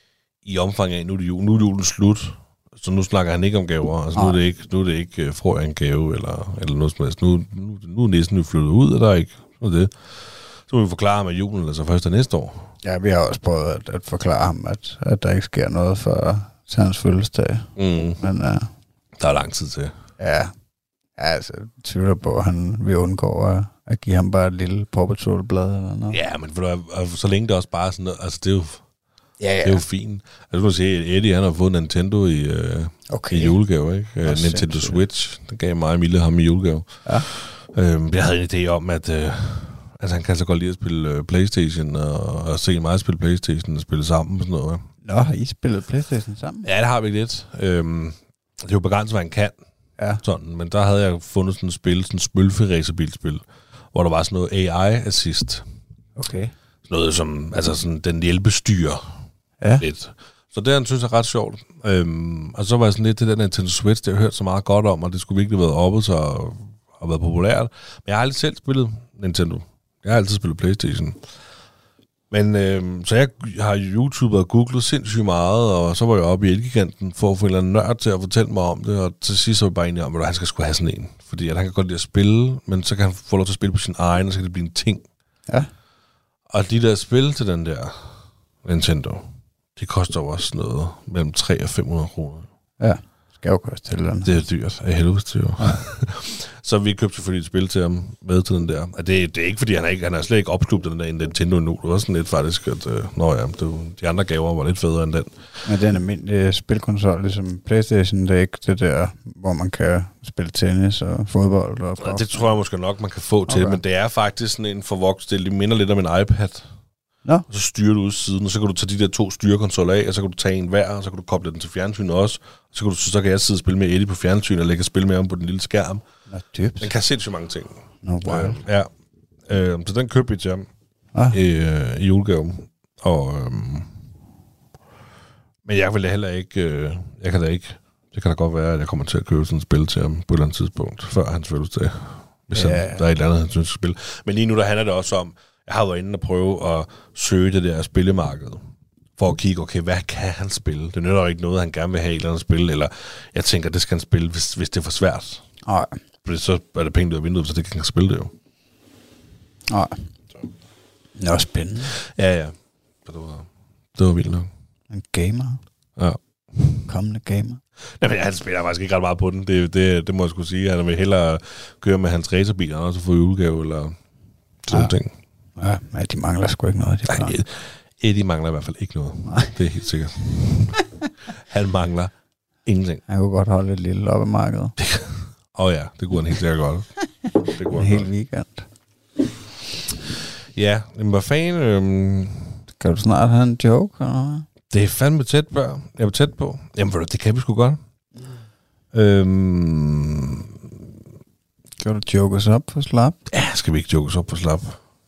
S4: i omfang af, nu er julen slut, så nu snakker han ikke om gaver. Altså, nu er det ikke får en gave, eller noget som helst. Nu er næsten flyttet ud, og der er ikke noget det. Så må vi forklare ham, at julen altså først er næste år.
S5: Ja, vi har også prøvet at forklare ham, at der ikke sker noget for til hans fødselsdag. Men
S4: der er lang tid til.
S5: Ja, altså, tvivler på, at han vil undgå at give ham bare et lille Paw Patrol-blad eller noget.
S4: Ja, men så længe det også bare sådan noget, altså det er jo, det er jo fint. Altså, du kan se, Eddie, han har fået Nintendo i julegave, ikke? Nintendo Switch, det gav mig og Mille ham i julegave. Ja. Jeg havde en idé om, at han kan så godt lide at spille PlayStation, og se mig spille PlayStation og spille sammen og sådan noget.
S5: Nå, har I spillet PlayStation sammen?
S4: Ja, det har vi lidt. Det er jo begrænset, hvad han kan. Ja. Sådan, men der havde jeg fundet sådan et spil, sådan et spølfe-racerbilspil, hvor der var sådan noget AI-assist.
S5: Okay.
S4: Sådan noget som, altså sådan, den hjælpestyrer lidt. Så det, han synes er ret sjovt. Og så var jeg sådan lidt til den Nintendo Switch, det har jeg hørt så meget godt om, og det skulle virkelig have været oppe, så har været populært. Men jeg har aldrig selv spillet Nintendo. Jeg har altid spillet PlayStation. Men så jeg har YouTube og googlet sindssygt meget, og så var jeg oppe i Elgiganten for at få en eller anden nørd til at fortælle mig om det, og til sidst så var jeg bare enig om, at han skal sgu have sådan en. Fordi at han kan godt lide at spille, men så kan han få lov til at spille på sin egen, og så kan det blive en ting. Ja. Og de der spil til den der Nintendo, de koster jo også noget mellem 300 og 500 kroner.
S5: Ja, skal jo koste til den.
S4: Det er dyrt af helvede til jo. Ja. Så vi købte selvfølgelig et spil til ham med til den der. Det er ikke, fordi han er slet ikke opslugt den der Nintendo nu. Det var sådan lidt faktisk, at de andre gaver var lidt federe end den.
S5: Men den almindelige spilkonsol, ligesom PlayStation, det er ikke det der, hvor man kan spille tennis og fodbold og
S4: ja, det tror jeg måske nok, man kan få til, men det er faktisk sådan en forvokset del. Det minder lidt om en iPad. Nå. Og så styrer du ud siden, og så kan du tage de der 2 styrekonsoller af, og så kan du tage en hver, og så kan du koble den til fjernsynet også. Så kan jeg sidde og spille med Eddie på fjernsynet, og lægge og spille med ham på den lille skærm.
S5: Dybt.
S4: Den kan sindssygt mange ting.
S5: Wow.
S4: Ja. Så den købte vi til ham i julegave. Men jeg vil da heller ikke... jeg kan da ikke... Det kan da godt være, at jeg kommer til at købe sådan et spil til ham på et eller andet tidspunkt, før hans fødselsdag. Hvis der er et eller andet, han synes, at spille. Men lige nu, der handler det også om... Jeg har været inde og prøve at søge det der spillemarked, for at kigge, okay, hvad kan han spille? Det nytter jo ikke noget, han gerne vil have et eller andet spil, eller jeg tænker, det skal han spille, hvis det er for svært. Nej. Fordi så er det penge ud af vinduet, så det kan han spille det jo.
S5: Nej. Det er spændende.
S4: Ja. Det var vildt nok.
S5: En gamer?
S4: Ja.
S5: Kommende gamer?
S4: Jamen, han spiller faktisk ikke ret meget på den. Det må jeg skulle sige. Han vil hellere køre med hans racerbiler, og så få julegave, eller sådan ting.
S5: Ja, de mangler sgu ikke noget.
S4: Nej, Eddie mangler i hvert fald ikke noget. Nej. Det er helt sikkert. Han mangler ingenting.
S5: Han kunne godt holde et lille loppemarked.
S4: Ja, det kunne han helt sikkert godt. Det kunne
S5: en hel weekend.
S4: Ja, men hvad fanden...
S5: Kan du snart have en joke? Eller?
S4: Det er fandme tæt på. Jeg er tæt på. Jamen, det kan vi sgu godt.
S5: Kan du joke os op på slap?
S4: Ja, skal vi ikke joke os op på slap?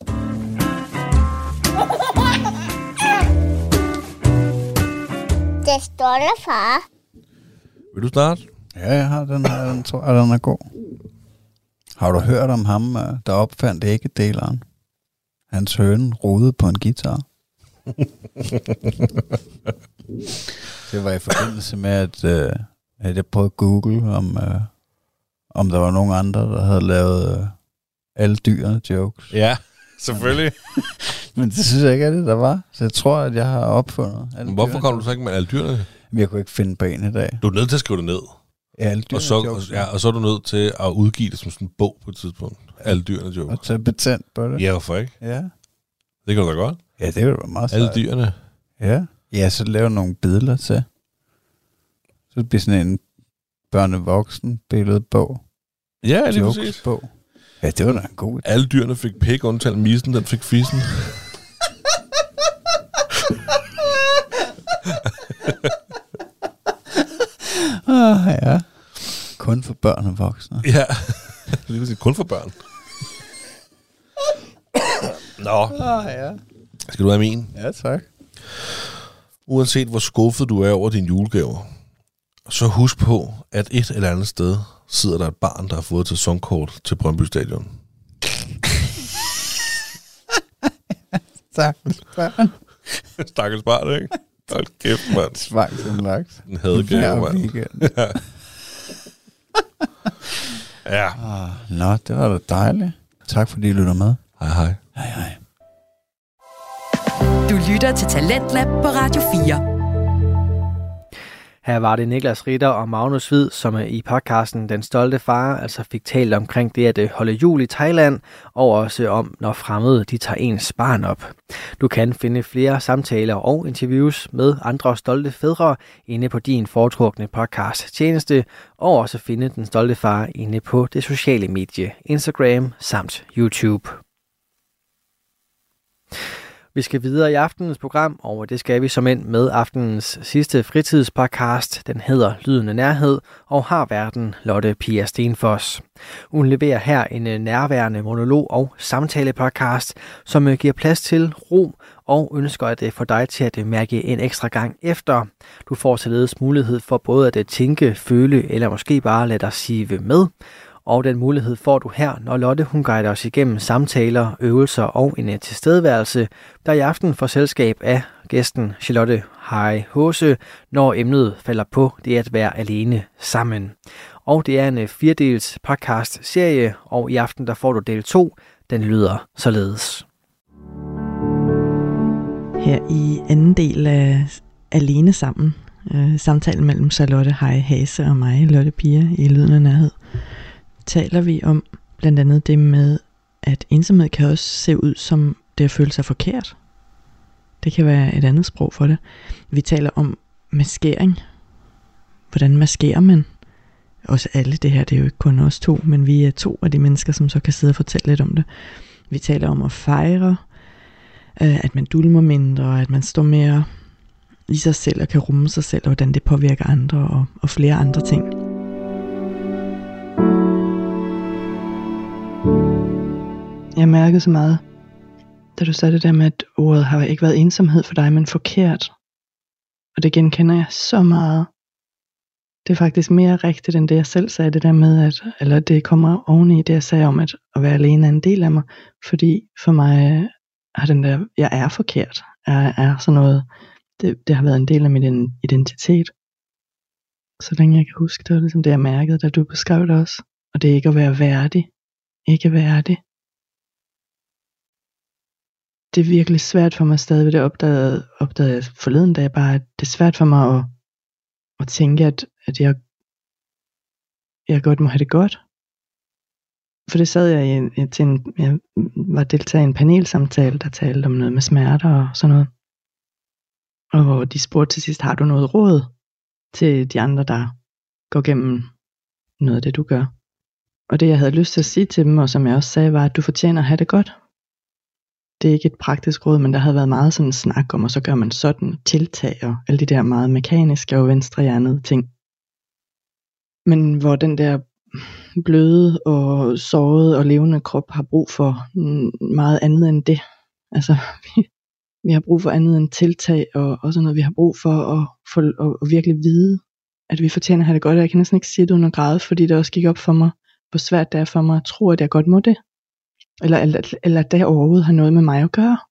S6: Det stolte far.
S4: Vil du starte?
S5: Ja, jeg har den her. Den tror jeg, den er god. Har du hørt om ham, der opfandt æggedeleren? Hans høne rodede på en guitar. Det var i forbindelse med, at jeg prøvede at google, om der var nogen andre, der havde lavet alle dyrene jokes.
S4: Ja, selvfølgelig.
S5: Men det synes jeg ikke er det, der var. Så jeg tror, at jeg har opfundet alle.
S4: Hvorfor kom du så ikke med alle dyrene?
S5: Jeg kunne ikke finde på en i dag.
S4: Du er nødt til at skrive det ned.
S5: Ja, alle dyrene jokes.
S4: Og så er du nødt til at udgive det som sådan en bog på et tidspunkt. Alle dyrene jokes.
S5: Og tage patent på det.
S4: Ja, hvorfor ikke?
S5: Ja.
S4: Det kan du da godt.
S5: Ja, det er jo meget sejt.
S4: Alle dyrene.
S5: Ja. Ja, så lave nogle billeder til. Så det bliver sådan en børnevoksen billedbog.
S4: Ja, lige præcis.
S5: Bog. Ja, det var da en god idé.
S4: Alle dyrene fik pik, undtagen missen, den fik fissen.
S5: Ja. Kun for børn og voksne.
S4: Ja, lige præcis. Kun for børn. Nå.
S5: Ja.
S4: Skal du have min?
S5: Ja, tak.
S4: Uanset hvor skuffet du er over din julegave, så husk på, at et eller andet sted sidder der et barn, der har fået til sæsonkort til Brøndby Stadion.
S5: Stakkels barn.
S4: Stakkels barn, ikke? Hold kæft, mand.
S5: Svang som lagt.
S4: En hadegave, mand. Ja. Ja.
S5: Nå, det var da dejligt. Tak fordi I lytter med.
S4: Hej, hej.
S5: Hej, hej.
S2: Du lytter til Talentlab på Radio 4.
S3: Her var det Niklas Ritter og Magnus Hvid, som i podcasten Den Stolte Far altså fik talt omkring det at holde jul i Thailand, og også om, når fremmede de tager ens barn op. Du kan finde flere samtaler og interviews med andre stolte fædre inde på din foretrukne podcast tjeneste, og også finde Den Stolte Far inde på det sociale medie Instagram samt YouTube. Vi skal videre i aftenens program, og det skal vi som ind med aftenens sidste fritidspodcast. Den hedder Lyden af Nærhed og har værten Lotte Pia Stenfoss. Hun leverer her en nærværende monolog- og samtalepodcast, som giver plads til ro og ønsker at få dig til at mærke en ekstra gang efter. Du får således mulighed for både at tænke, føle eller måske bare lade dig sive med. Og den mulighed får du her, når Lotte hun guider os igennem samtaler, øvelser og en tilstedeværelse, der i aften får selskab af gæsten Charlotte Harry Hose, når emnet falder på det at være alene sammen. Og det er en 4-dels podcast-serie, og i aften der får du del 2. Den lyder således.
S7: Her i anden del af Alene Sammen, samtalen mellem Charlotte Harry Hase og mig, Lotte Pia, i Lyden af Nærhed, taler vi om blandt andet det med, at ensomhed kan også se ud som det at føle sig forkert. Det kan være et andet sprog for det. Vi taler om maskering. Hvordan maskerer man? Også alle det her, det er jo ikke kun os to, men vi er 2 af de mennesker, som så kan sidde og fortælle lidt om det. Vi taler om at fejre, at man dulmer mindre, at man står mere i sig selv og kan rumme sig selv, og hvordan det påvirker andre og flere andre ting. Jeg mærkede så meget, da du sagde det der med, at ordet har ikke været ensomhed for dig, men forkert. Og det genkender jeg så meget. Det er faktisk mere rigtigt, end det jeg selv sagde, det der med, eller det kommer oveni det, jeg sagde om, at være alene er en del af mig. Fordi for mig har den der, jeg er forkert, er sådan noget, det har været en del af min identitet. Så længe jeg kan huske, det var ligesom det, jeg mærkede, da du beskrev det også. Og det er ikke at være værdig. Ikke værdig. Det er virkelig svært for mig stadigvæk, det opdagede jeg forleden dag bare, at det er svært for mig at tænke, at jeg godt må have det godt. For det sad jeg jeg var deltager i en panelsamtale, der talte om noget med smerter og sådan noget. Og de spurgte til sidst, har du noget råd til de andre, der går gennem noget af det, du gør? Og det, jeg havde lyst til at sige til dem, og som jeg også sagde, var, at du fortjener at have det godt. Det er ikke et praktisk råd, men der havde været meget sådan snak om, og så gør man sådan tiltag og alle de der meget mekaniske og venstrehjernede ting. Men hvor den der bløde og sårede og levende krop har brug for meget andet end det. Altså, vi har brug for andet end tiltag og sådan noget. Vi har brug for at virkelig vide, at vi fortjener at have det godt. Og jeg kan næsten ikke sige det uden at græde, fordi det også gik op for mig, hvor svært det er for mig at tro, at jeg godt må det. Eller at det overhovedet har noget med mig at gøre.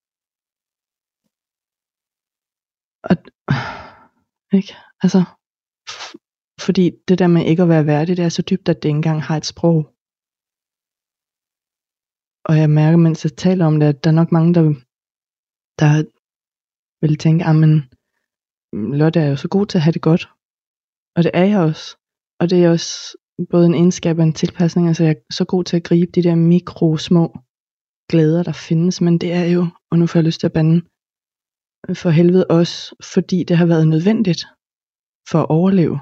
S7: Og, ikke? Altså, fordi det der med ikke at være værdig, det er så dybt, at det ikke engang har et sprog. Og jeg mærker, mens jeg taler om det, at der er nok mange, der vil tænke, men Lotte er jo så god til at have det godt. Og det er jeg også. Og det er også både en egenskab og en tilpasning. Altså jeg er så god til at gribe de der små glæder, der findes. Men det er jo, og nu får jeg lyst til at bande, for helvede også, fordi det har været nødvendigt for at overleve.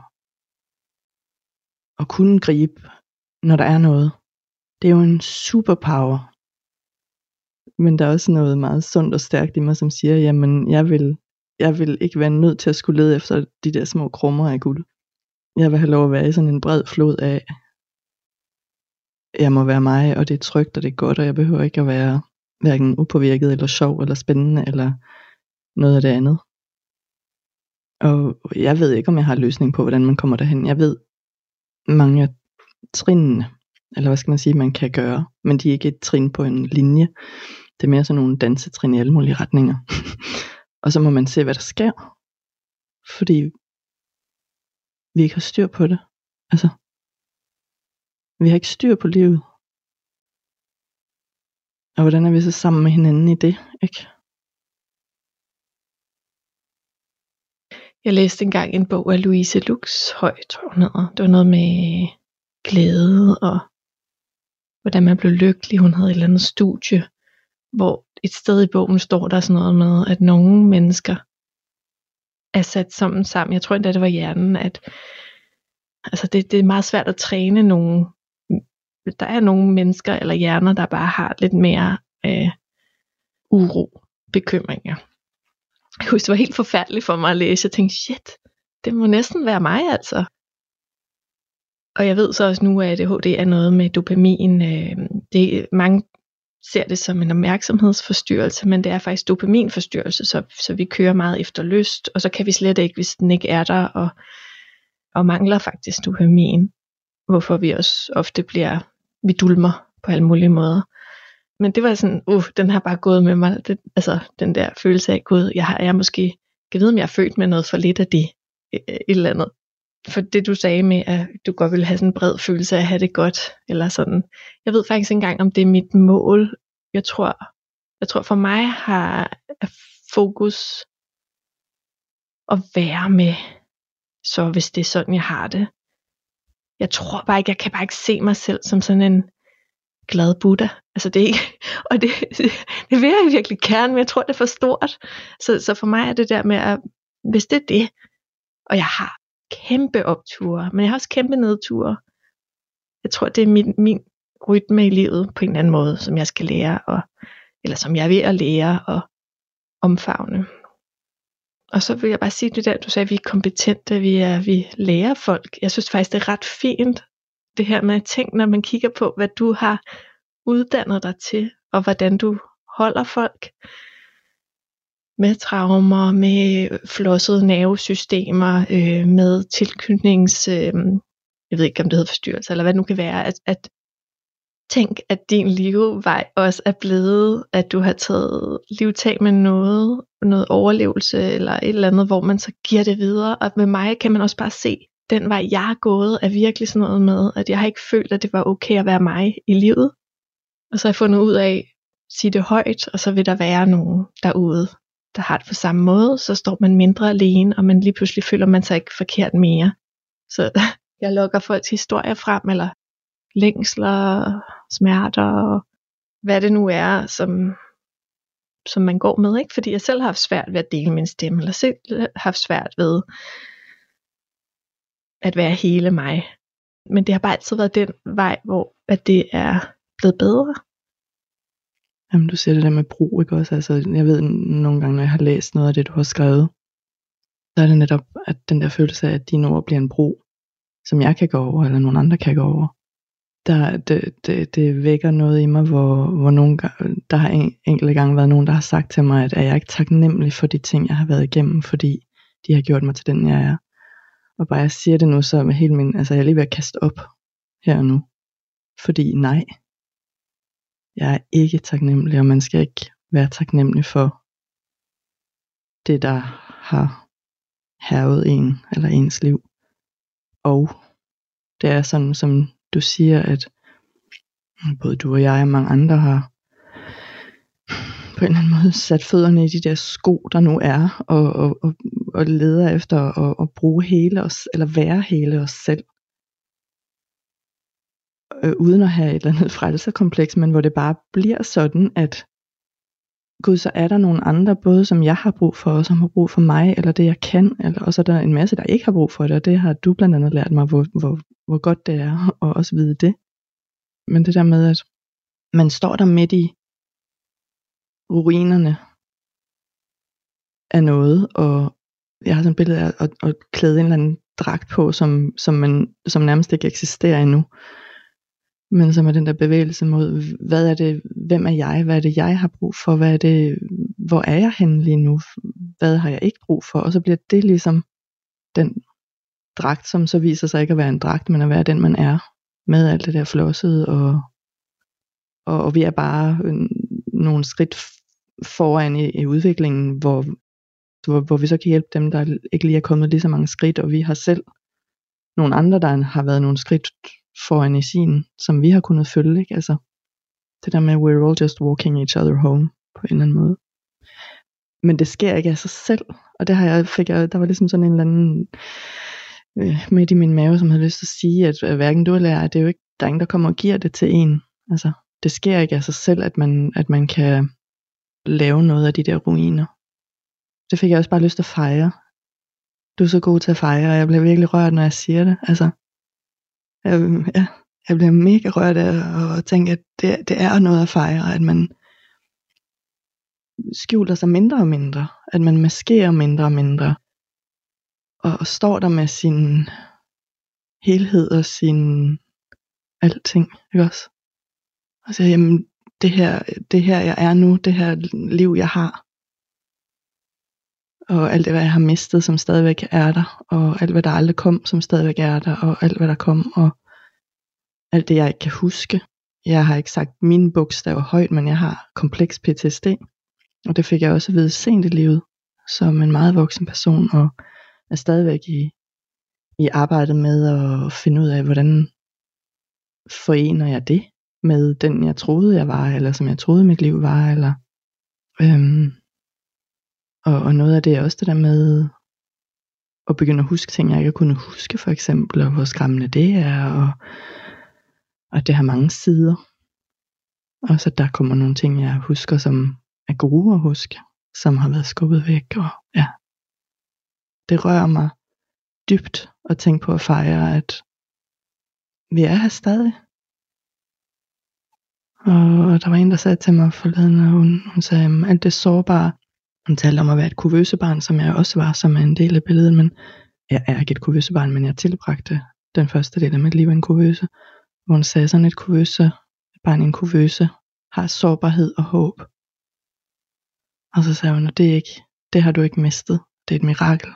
S7: Og kunne gribe, når der er noget. Det er jo en superpower. Men der er også noget meget sundt og stærkt i mig, som siger, jamen jeg vil ikke være nødt til at skulle lede efter de der små krummer af guld. Jeg vil have lov at være i sådan en bred flod af, jeg må være mig, og det er trygt, og det er godt, og jeg behøver ikke at være hverken upåvirket, eller sjov, eller spændende, eller noget af det andet. Og jeg ved ikke, om jeg har løsning på, hvordan man kommer derhen. Jeg ved mange af trinene, eller hvad skal man sige, man kan gøre, men de er ikke et trin på en linje. Det er mere sådan nogle dansetrin i alle mulige retninger. Og så må man se, hvad der sker. Fordi vi ikke har styr på det. Altså, vi har ikke styr på livet. Og hvordan er vi så sammen med hinanden i det, ikke?
S8: Jeg læste engang en bog af Louise Lux Høj, tror hun hedder. Det var noget med glæde og hvordan man blev lykkelig. Hun havde et eller andet studie, hvor et sted i bogen står der sådan noget med, at nogle mennesker er sat sammen. Jeg tror endda, det var hjernen, at altså det er meget svært at træne nogen. Der er nogle mennesker eller hjerner, der bare har lidt mere uro, bekymringer. Jeg husker, det var helt forfærdeligt for mig at læse. Jeg tænkte, shit, det må næsten være mig altså. Og jeg ved så også nu, at ADHD er noget med dopamin. Mange ser det som en opmærksomhedsforstyrrelse, men det er faktisk dopaminforstyrrelse, så vi kører meget efter lyst, og så kan vi slet ikke, hvis den ikke er der, og mangler faktisk dopamin, hvorfor vi også ofte vi dulmer på alle mulige måder. Men det var sådan, den har bare gået med mig, den der følelse af, gud, jeg måske, kan vide, om jeg er født med noget for lidt af det, et eller andet. For det du sagde med, at du godt ville have sådan en bred følelse af at have det godt, eller sådan. Jeg ved faktisk ikke engang, om det er mit mål. Jeg tror for mig er fokus at være med, så hvis det er sådan, jeg har det. Jeg tror bare ikke, jeg kan bare ikke se mig selv som sådan en glad Buddha. Altså det er ikke, og det vil jeg virkelig gerne, men jeg tror, det er for stort. Så for mig er det der med, at hvis det er det, og jeg har kæmpe opture, men jeg har også kæmpe nedture. Jeg tror, det er min rytme i livet på en eller anden måde, som jeg skal lære, eller som jeg er ved at lære og omfavne. Og så vil jeg bare sige det der, du sagde, at vi er kompetente, vi lærer folk. Jeg synes faktisk, det er ret fint, det her med ting, når man kigger på, hvad du har uddannet dig til, og hvordan du holder folk med traumer, med flossede nervesystemer, med tilknytnings, jeg ved ikke om det hedder forstyrrelse, eller hvad det nu kan være, at tænk, at din livvej også er blevet, at du har taget livtag med noget overlevelse, eller et eller andet, hvor man så giver det videre, og med mig kan man også bare se, den vej jeg er gået, er virkelig sådan noget med, at jeg har ikke følt, at det var okay at være mig i livet, og så har jeg fundet ud af, at sige det højt, og så vil der være nogen derude, der har det på samme måde, så står man mindre alene, og man lige pludselig føler man sig ikke forkert mere. Så jeg lukker folks historier frem, eller længsler, smerter og hvad det nu er, som man går med, ikke? Fordi jeg selv har haft svært ved at dele min stemme, eller selv har haft svært ved at være hele mig. Men det har bare altid været den vej, hvor at det er blevet bedre.
S7: Jamen, du siger det der med brug, ikke også? Altså, jeg ved nogle gange, når jeg har læst noget af det, du har skrevet, så er det netop, at den der følelse af, at dine ord bliver en bro, som jeg kan gå over, eller nogen andre kan gå over. Det vækker noget i mig, hvor nogle gange, der har enkelte gange været nogen, der har sagt til mig, at er jeg ikke taknemmelig for de ting, jeg har været igennem, fordi de har gjort mig til den, jeg er. Og bare jeg siger det nu, så med hele min, altså jeg er lige ved at kaste op her og nu. Fordi nej, jeg er ikke taknemmelig, og man skal ikke være taknemmelig for det, der har hærget en, eller ens liv. Og det er sådan, som du siger, at både du og jeg og mange andre har på en eller anden måde sat fødderne i de der sko, der nu er, og leder efter at bruge hele os, eller være hele os selv. Uden at have et eller andet frelserkompleks, men hvor det bare bliver sådan, at Gud, så er der nogle andre, både som jeg har brug for, og som har brug for mig, eller det jeg kan, og så er der en masse, der ikke har brug for det, og det har du blandt andet lært mig, hvor godt det er, og også vide det. Men det der med, at man står der midt i ruinerne af noget, og jeg har sådan et billede af at klæde en eller anden dragt på, som nærmest ikke eksisterer endnu, men som er den der bevægelse mod, hvad er det, hvem er jeg, hvad er det jeg har brug for, hvad er det, hvor er jeg henne lige nu, hvad har jeg ikke brug for, og så bliver det ligesom den dragt, som så viser sig ikke at være en dragt, men at være den man er, med alt det der flossede, og vi er bare nogle skridt foran i udviklingen, hvor vi så kan hjælpe dem, der ikke lige er kommet lige så mange skridt, og vi har selv nogle andre, der har været nogle skridt foran i sin, som vi har kunnet følge, ikke? Altså, det der med, we're all just walking each other home, på en eller anden måde. Men det sker ikke af sig selv, og det der var ligesom sådan en eller anden midt i min mave, som havde lyst til at sige, at hverken du eller jeg, det er jo ikke, der er ingen, der kommer og giver det til en. Altså, det sker ikke af sig selv, at man kan lave noget af de der ruiner. Det fik jeg også bare lyst til at fejre. Du er så god til at fejre, og jeg bliver virkelig rørt, når jeg siger det. Altså, jeg bliver mega rørt af at tænke, at det er noget at fejre, at man skjuler sig mindre og mindre, at man maskerer mindre og mindre, og står der med sin helhed og sin alting, ikke også? Og siger, jamen, det her jeg er nu, det her liv jeg har, og alt det hvad jeg har mistet, som stadigvæk er der, og alt hvad der aldrig kom, som stadigvæk er der, og alt hvad der kom, og alt det jeg ikke kan huske. Jeg har ikke sagt mine bogstaver højt, men jeg har kompleks PTSD, og det fik jeg også at vide sent i livet, som en meget voksen person, og er stadigvæk i arbejdet med at finde ud af, hvordan forener jeg det med den jeg troede jeg var, eller som jeg troede mit liv var, eller og noget af det er også det der med at begynde at huske ting jeg ikke har kunnet huske, for eksempel, og hvor skræmmende det er, og det har mange sider, og så der kommer nogle ting jeg husker, som er gode at huske, som har været skubbet væk, og ja, det rører mig dybt at tænke på at fejre, at vi er her stadig. Og der var en, der sagde til mig forleden, og hun sagde, alt det sårbare, hun talte om at være et kuvøsebarn, som jeg også var, som er en del af billedet, men jeg er ikke et kuvøsebarn, men jeg tilbragte den første del af mit liv en kuvøse, hvor hun sagde, sådan et barn i en kuvøse har sårbarhed og håb. Og så sagde hun, det har du ikke mistet, det er et mirakel.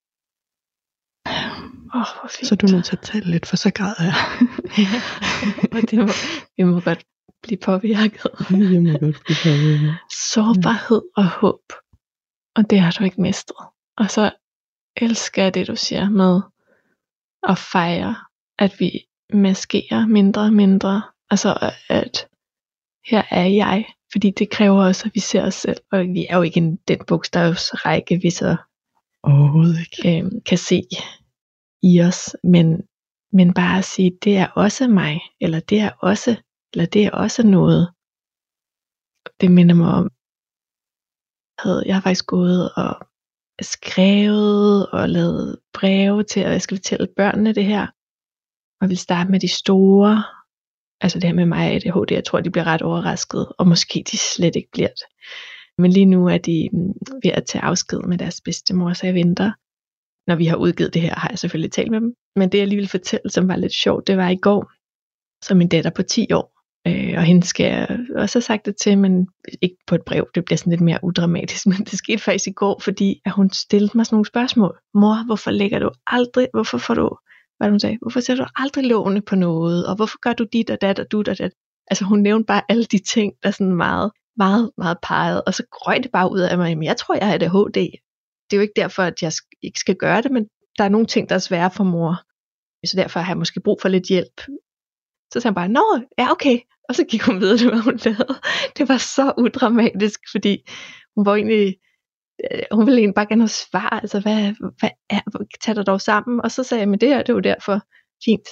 S8: Hvor fint.
S7: Så du er nødt til at tale lidt, for så græder jeg.
S8: Og vi må godt blive påvirket.
S7: Jeg må godt blive påvirket.
S8: Sårbarhed og håb. Og det har du ikke mistet. Og så elsker jeg det, du siger med at fejre, at vi maskerer mindre og mindre. Altså, at her er jeg. Fordi det kræver også, at vi ser os selv. Og vi er jo ikke den bogstavsrække, vi så
S7: overhovedet ikke
S8: kan se i os, men bare at sige, det er også mig, eller det er også Eller det er også noget. Det minder mig om, jeg har faktisk gået og skrevet og lavet breve til, at jeg skal fortælle børnene det her. Og vil starte med de store. Altså det her med mig og ADHD, jeg tror, de bliver ret overrasket, og måske de slet ikke bliver det. Men lige nu er de ved at tage afsked med deres bedstemor, så jeg venter. Når vi har udgivet det her, har jeg selvfølgelig talt med dem. Men det jeg lige vil fortælle, som var lidt sjovt, det var i går, så min datter på 10 år, og hende skal jeg også have sagt det til, men ikke på et brev, det bliver sådan lidt mere udramatisk, men det skete faktisk i går, fordi at hun stillede mig sådan nogle spørgsmål. Mor, hvorfor får du, hvad hun sagde, hvorfor sætter du aldrig låne på noget, og hvorfor gør du dit og dat og dut og dat? Altså hun nævnte bare alle de ting, der sådan meget, meget, meget pegede, og så røg det bare ud af mig, men jeg tror, jeg har ADHD. Det er jo ikke derfor, at jeg ikke skal gøre det, men der er nogle ting, der er svære for mor. Så derfor har jeg måske brug for lidt hjælp. Så sagde han bare, nå, ja okay. Og så gik hun videre, hvad hun lavede. Det var så udramatisk, fordi hun ville egentlig bare gerne have svar. Altså, tag dig dog sammen. Og så sagde jeg, men det er jo derfor fint.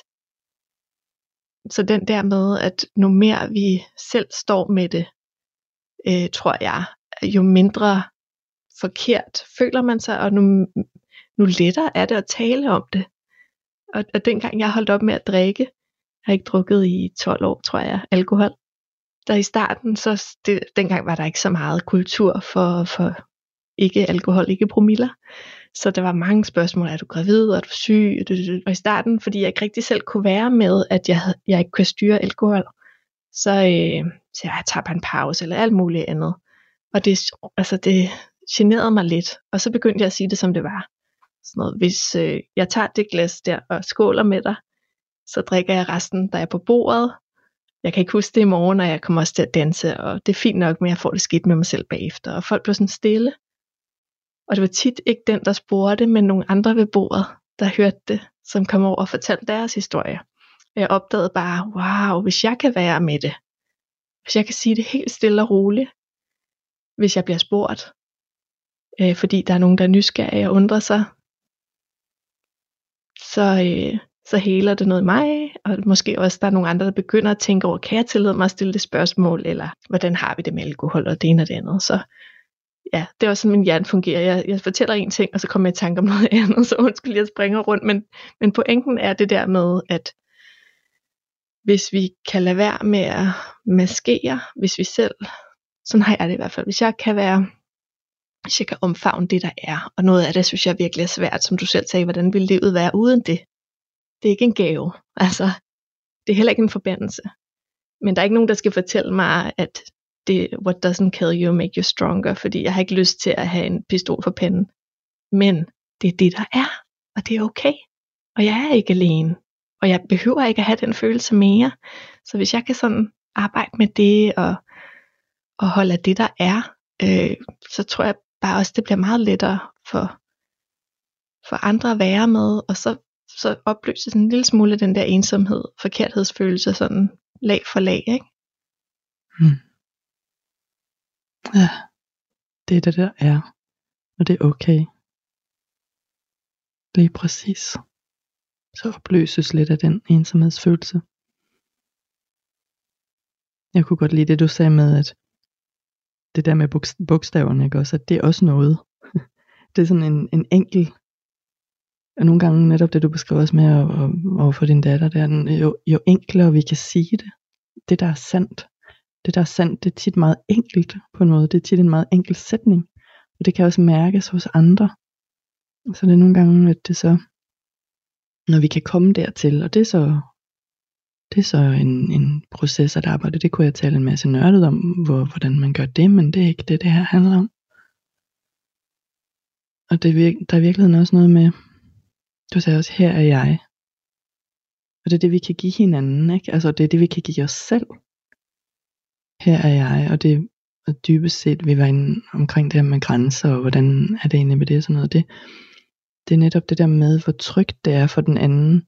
S8: Så den der med, at nu mere vi selv står med det, tror jeg, jo mindre forkert føler man sig, og nu lettere er det at tale om det. Og dengang jeg holdt op med at drikke, jeg har ikke drukket i 12 år, tror jeg, alkohol. Der i starten, dengang var der ikke så meget kultur for ikke alkohol, ikke promiller. Så der var mange spørgsmål, er du gravid, er du syg? Og i starten, fordi jeg ikke rigtig selv kunne være med, at jeg ikke kunne styre alkohol, så jeg tager bare en pause, eller alt muligt andet. Og det generede mig lidt, og så begyndte jeg at sige det, som det var. Sådan noget, hvis jeg tager det glas der og skåler med dig, så drikker jeg resten, der er på bordet. Jeg kan ikke huske det i morgen, og jeg kommer også til at danse, og det er fint nok, men jeg får det skidt med mig selv bagefter. Og folk blev sådan stille. Og det var tit ikke den, der spurgte, men nogle andre ved bordet, der hørte det, som kom over og fortalte deres historie. Og jeg opdagede bare, wow, hvis jeg kan være med det, hvis jeg kan sige det helt stille og roligt, hvis jeg bliver spurgt, fordi der er nogen, der er nysgerrige og undrer sig, så heler det noget i mig, og måske også der er nogle andre, der begynder at tænke over, kan jeg tillade mig at stille det spørgsmål, eller hvordan har vi det med alkohol, og det ene og det andet. Så ja, det er også sådan, min hjerne fungerer. Jeg fortæller en ting, og så kommer jeg i tanke om noget andet, så undskyld, jeg springer rundt, men pointen er det der med, at hvis vi kan lade være med at maskere, hvis vi selv, sådan har jeg det i hvert fald, hvis jeg kan omfavne det, der er, og noget af det, synes jeg virkelig er svært, som du selv sagde, hvordan vil livet være uden det? Det er ikke en gave, altså, det er heller ikke en forbandelse, men der er ikke nogen, der skal fortælle mig, at what doesn't kill you make you stronger, fordi jeg har ikke lyst til at have en pistol for panden, men det er det, der er, og det er okay, og jeg er ikke alene, og jeg behøver ikke at have den følelse mere, så hvis jeg kan sådan arbejde med det, og holde af det, der er, så tror jeg bare også, det bliver meget lettere for andre at være med, og så opløses en lille smule den der ensomhed, forkerthedsfølelse, sådan lag for lag, ikke?
S7: Ja, det er det, der er, og det er okay. Lige præcis. Så opløses lidt af den ensomhedsfølelse. Jeg kunne godt lide det, du sagde med, at det der med bogstaverne, ikke også, at det er også noget. Det er sådan en enkel, og nogle gange netop det, du beskriver også med over for din datter, det er jo enklere vi kan sige det. Det, der er sandt. Det, der er sandt, det er tit meget enkelt på noget. Det er tit en meget enkel sætning. Og det kan også mærkes hos andre. Så det er nogle gange, at det så, når vi kan komme dertil, og det er så en proces at arbejde. Det kunne jeg tale en masse nørdet om, hvordan man gør det, men det er ikke det her handler om. Og der er i virkeligheden også noget med, du sagde også, her er jeg. Og det er det, vi kan give hinanden, ikke? Altså det er det, vi kan give os selv. Her er jeg, og det er dybest set, vi var inde omkring det her med grænser, og hvordan er det egentlig med det og sådan noget. Det er netop det der med, hvor trygt det er for den anden,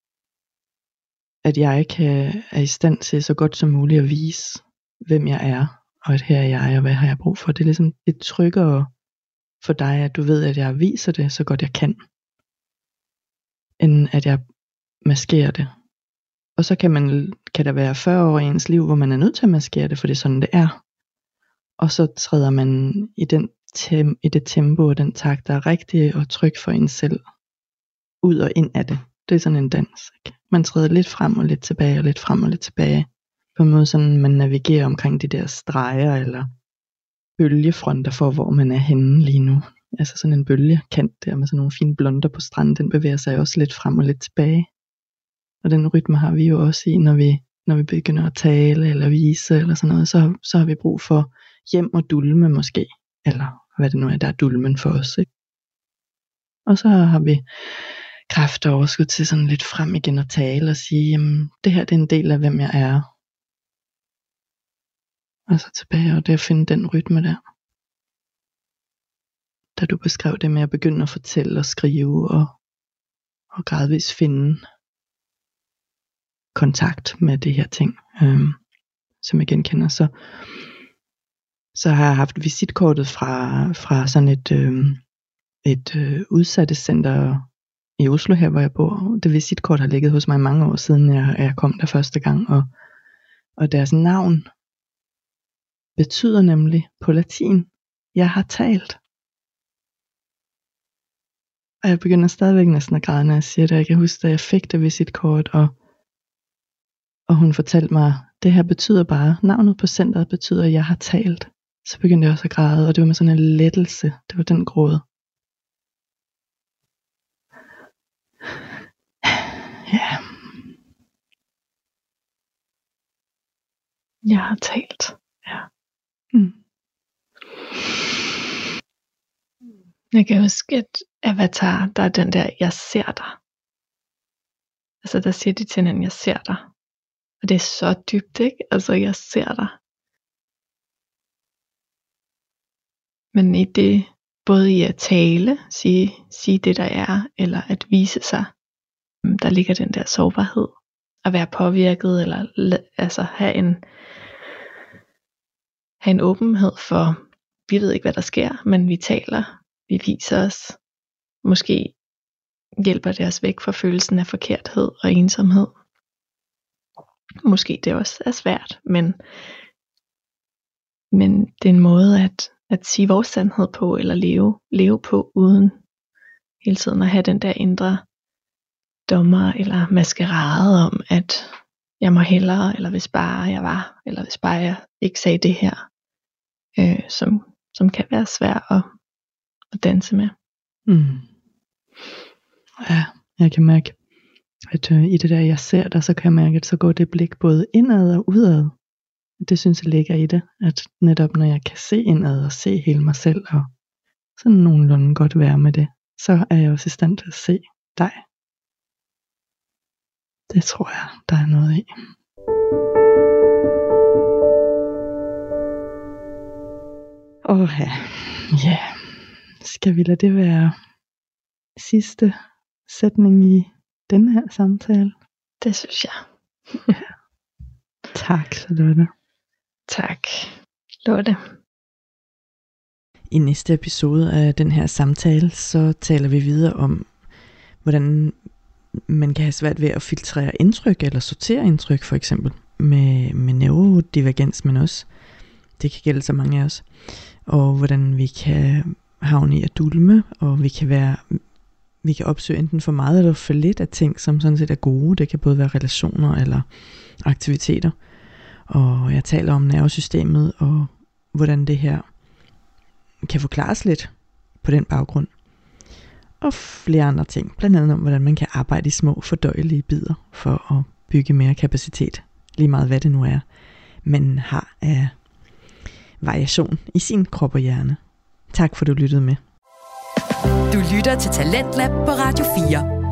S7: at jeg er i stand til så godt som muligt at vise, hvem jeg er, og at her er jeg, og hvad har jeg brug for. Det er ligesom et tryggere for dig, at du ved, at jeg viser det så godt jeg kan, end at jeg maskerer det, Og så kan der være 40 år i ens liv, hvor man er nødt til at maskere det, for det er sådan, det er. Og så træder man i det tempo og den takt, der er rigtig og tryg for en selv, ud og ind af det. Det er sådan en dans. Ikke? Man træder lidt frem og lidt tilbage, og lidt frem og lidt tilbage. På en måde sådan, man navigerer omkring de der streger, eller bølgefronter for, hvor man er henne lige nu. Altså sådan en bølgekant der, med sådan nogle fine blonder på stranden, den bevæger sig også lidt frem og lidt tilbage. Og den rytme har vi jo også i, når vi begynder at tale, eller vise, eller sådan noget, så har vi brug for hjem og dulme måske. Eller hvad det nu er, der er dulmen for os. Ikke? Og så har vi kraft og overskud til sådan lidt frem igen og tale og sige, jamen, det her det er en del af, hvem jeg er. Og så tilbage og det at finde den rytme der. Da du beskrev det med at begynde at fortælle og skrive og gradvist finde kontakt med de her ting, som jeg genkender, så har jeg haft visitkortet fra sådan et udsattecenter i Oslo her, hvor jeg bor. Det visitkort har ligget hos mig mange år siden, jeg kom der første gang, og deres navn betyder nemlig på latin, jeg har talt. Og jeg begynder stadigvæk næsten at græde, når jeg siger det. Jeg kan huske, da jeg fik det visitkort, og hun fortalte mig, det her betyder bare, navnet på centret betyder, jeg har talt. Så begyndte jeg også at græde, og det var med sådan en lettelse. Det var den gråd. Ja.
S8: Jeg har talt. Ja. Jeg kan huske, at Avatar, der er den der, jeg ser dig. Altså der siger de til hinanden, jeg ser dig. Og det er så dybt, ikke? Altså jeg ser dig. Men i det, både i at tale, sige det der er, eller at vise sig, der ligger den der sårbarhed. At være påvirket, eller altså have en åbenhed for, vi ved ikke hvad der sker, men vi taler, vi viser os. Måske hjælper det os væk fra følelsen af forkerthed og ensomhed. Måske det også er svært, men det er en måde at sige vores sandhed på, eller leve på, uden hele tiden at have den der indre dommer eller maskerade om, at jeg må hellere, eller hvis bare jeg var, eller hvis bare jeg ikke sagde det her, som kan være svært at danse med.
S7: Ja, jeg kan mærke, at i det der, jeg ser dig, så kan jeg mærke, at så går det blik både indad og udad. Det synes jeg ligger i det, at netop når jeg kan se indad og se hele mig selv, og sådan nogenlunde godt være med det, så er jeg også i stand til at se dig. Det tror jeg, der er noget i. Ja. Skal vi lade det være sidste sætning i denne her samtale?
S8: Det synes jeg.
S7: Tak, Charlotte.
S8: Tak, Lotte.
S7: I næste episode af den her samtale, så taler vi videre om, hvordan man kan have svært ved at filtrere indtryk, eller sortere indtryk for eksempel, med neurodivergens, men også, det kan gælde så mange af os, og hvordan vi kan havne i at dulme, og vi kan opsøge enten for meget eller for lidt af ting, som sådan set er gode. Det kan både være relationer eller aktiviteter. Og jeg taler om nervesystemet, og hvordan det her kan forklares lidt på den baggrund. Og flere andre ting, blandt andet om, hvordan man kan arbejde i små fordøjelige bidder, for at bygge mere kapacitet, lige meget hvad det nu er, man har af variation i sin krop og hjerne. Tak for, at du lyttede med.
S2: Du lytter til Talentlab på Radio 4.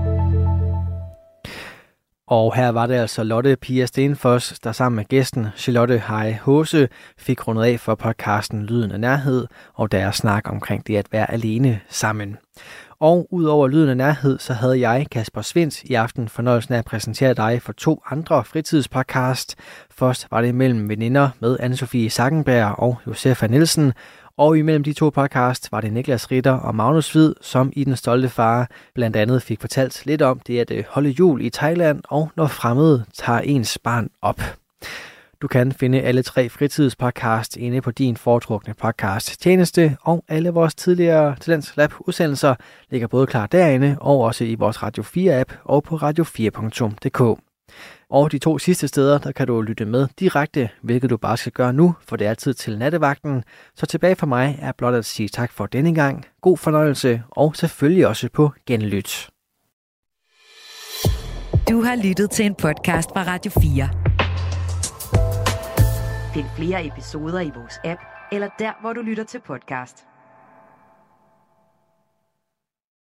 S3: Og her var det altså Lotte Pia Stenfoss, der sammen med gæsten Charlotte Hai Hose fik rundet af for podcasten Lyden af Nærhed og deres snak omkring det at være alene sammen. Og udover Lyden af Nærhed, så havde jeg, Kasper Svinds, i aften fornøjelsen af at præsentere dig for 2 andre fritidspodcast. Først var det Mellem Veninder med Anne-Sophie Sackenberg og Josefa Nielsen, Og imellem de to podcast var det Niklas Ritter og Magnus Hvid, som i Den Stolte Far blandt andet fik fortalt lidt om det at holde jul i Thailand, og når fremmede tager ens barn op. Du kan finde alle 3 fritidspodcast inde på din foretrukne podcast tjeneste, og alle vores tidligere Talents Lab udsendelser ligger både klar derinde og også i vores Radio 4 app og på radio4.dk. Og de 2 sidste steder, der kan du lytte med direkte, hvilket du bare skal gøre nu, for det er tid til nattevagten. Så tilbage for mig er blot at sige tak for denne gang, god fornøjelse og selvfølgelig også på genlyt.
S2: Du har lyttet til en podcast fra Radio 4. Find flere episoder i vores app, eller der, hvor du lytter til podcast.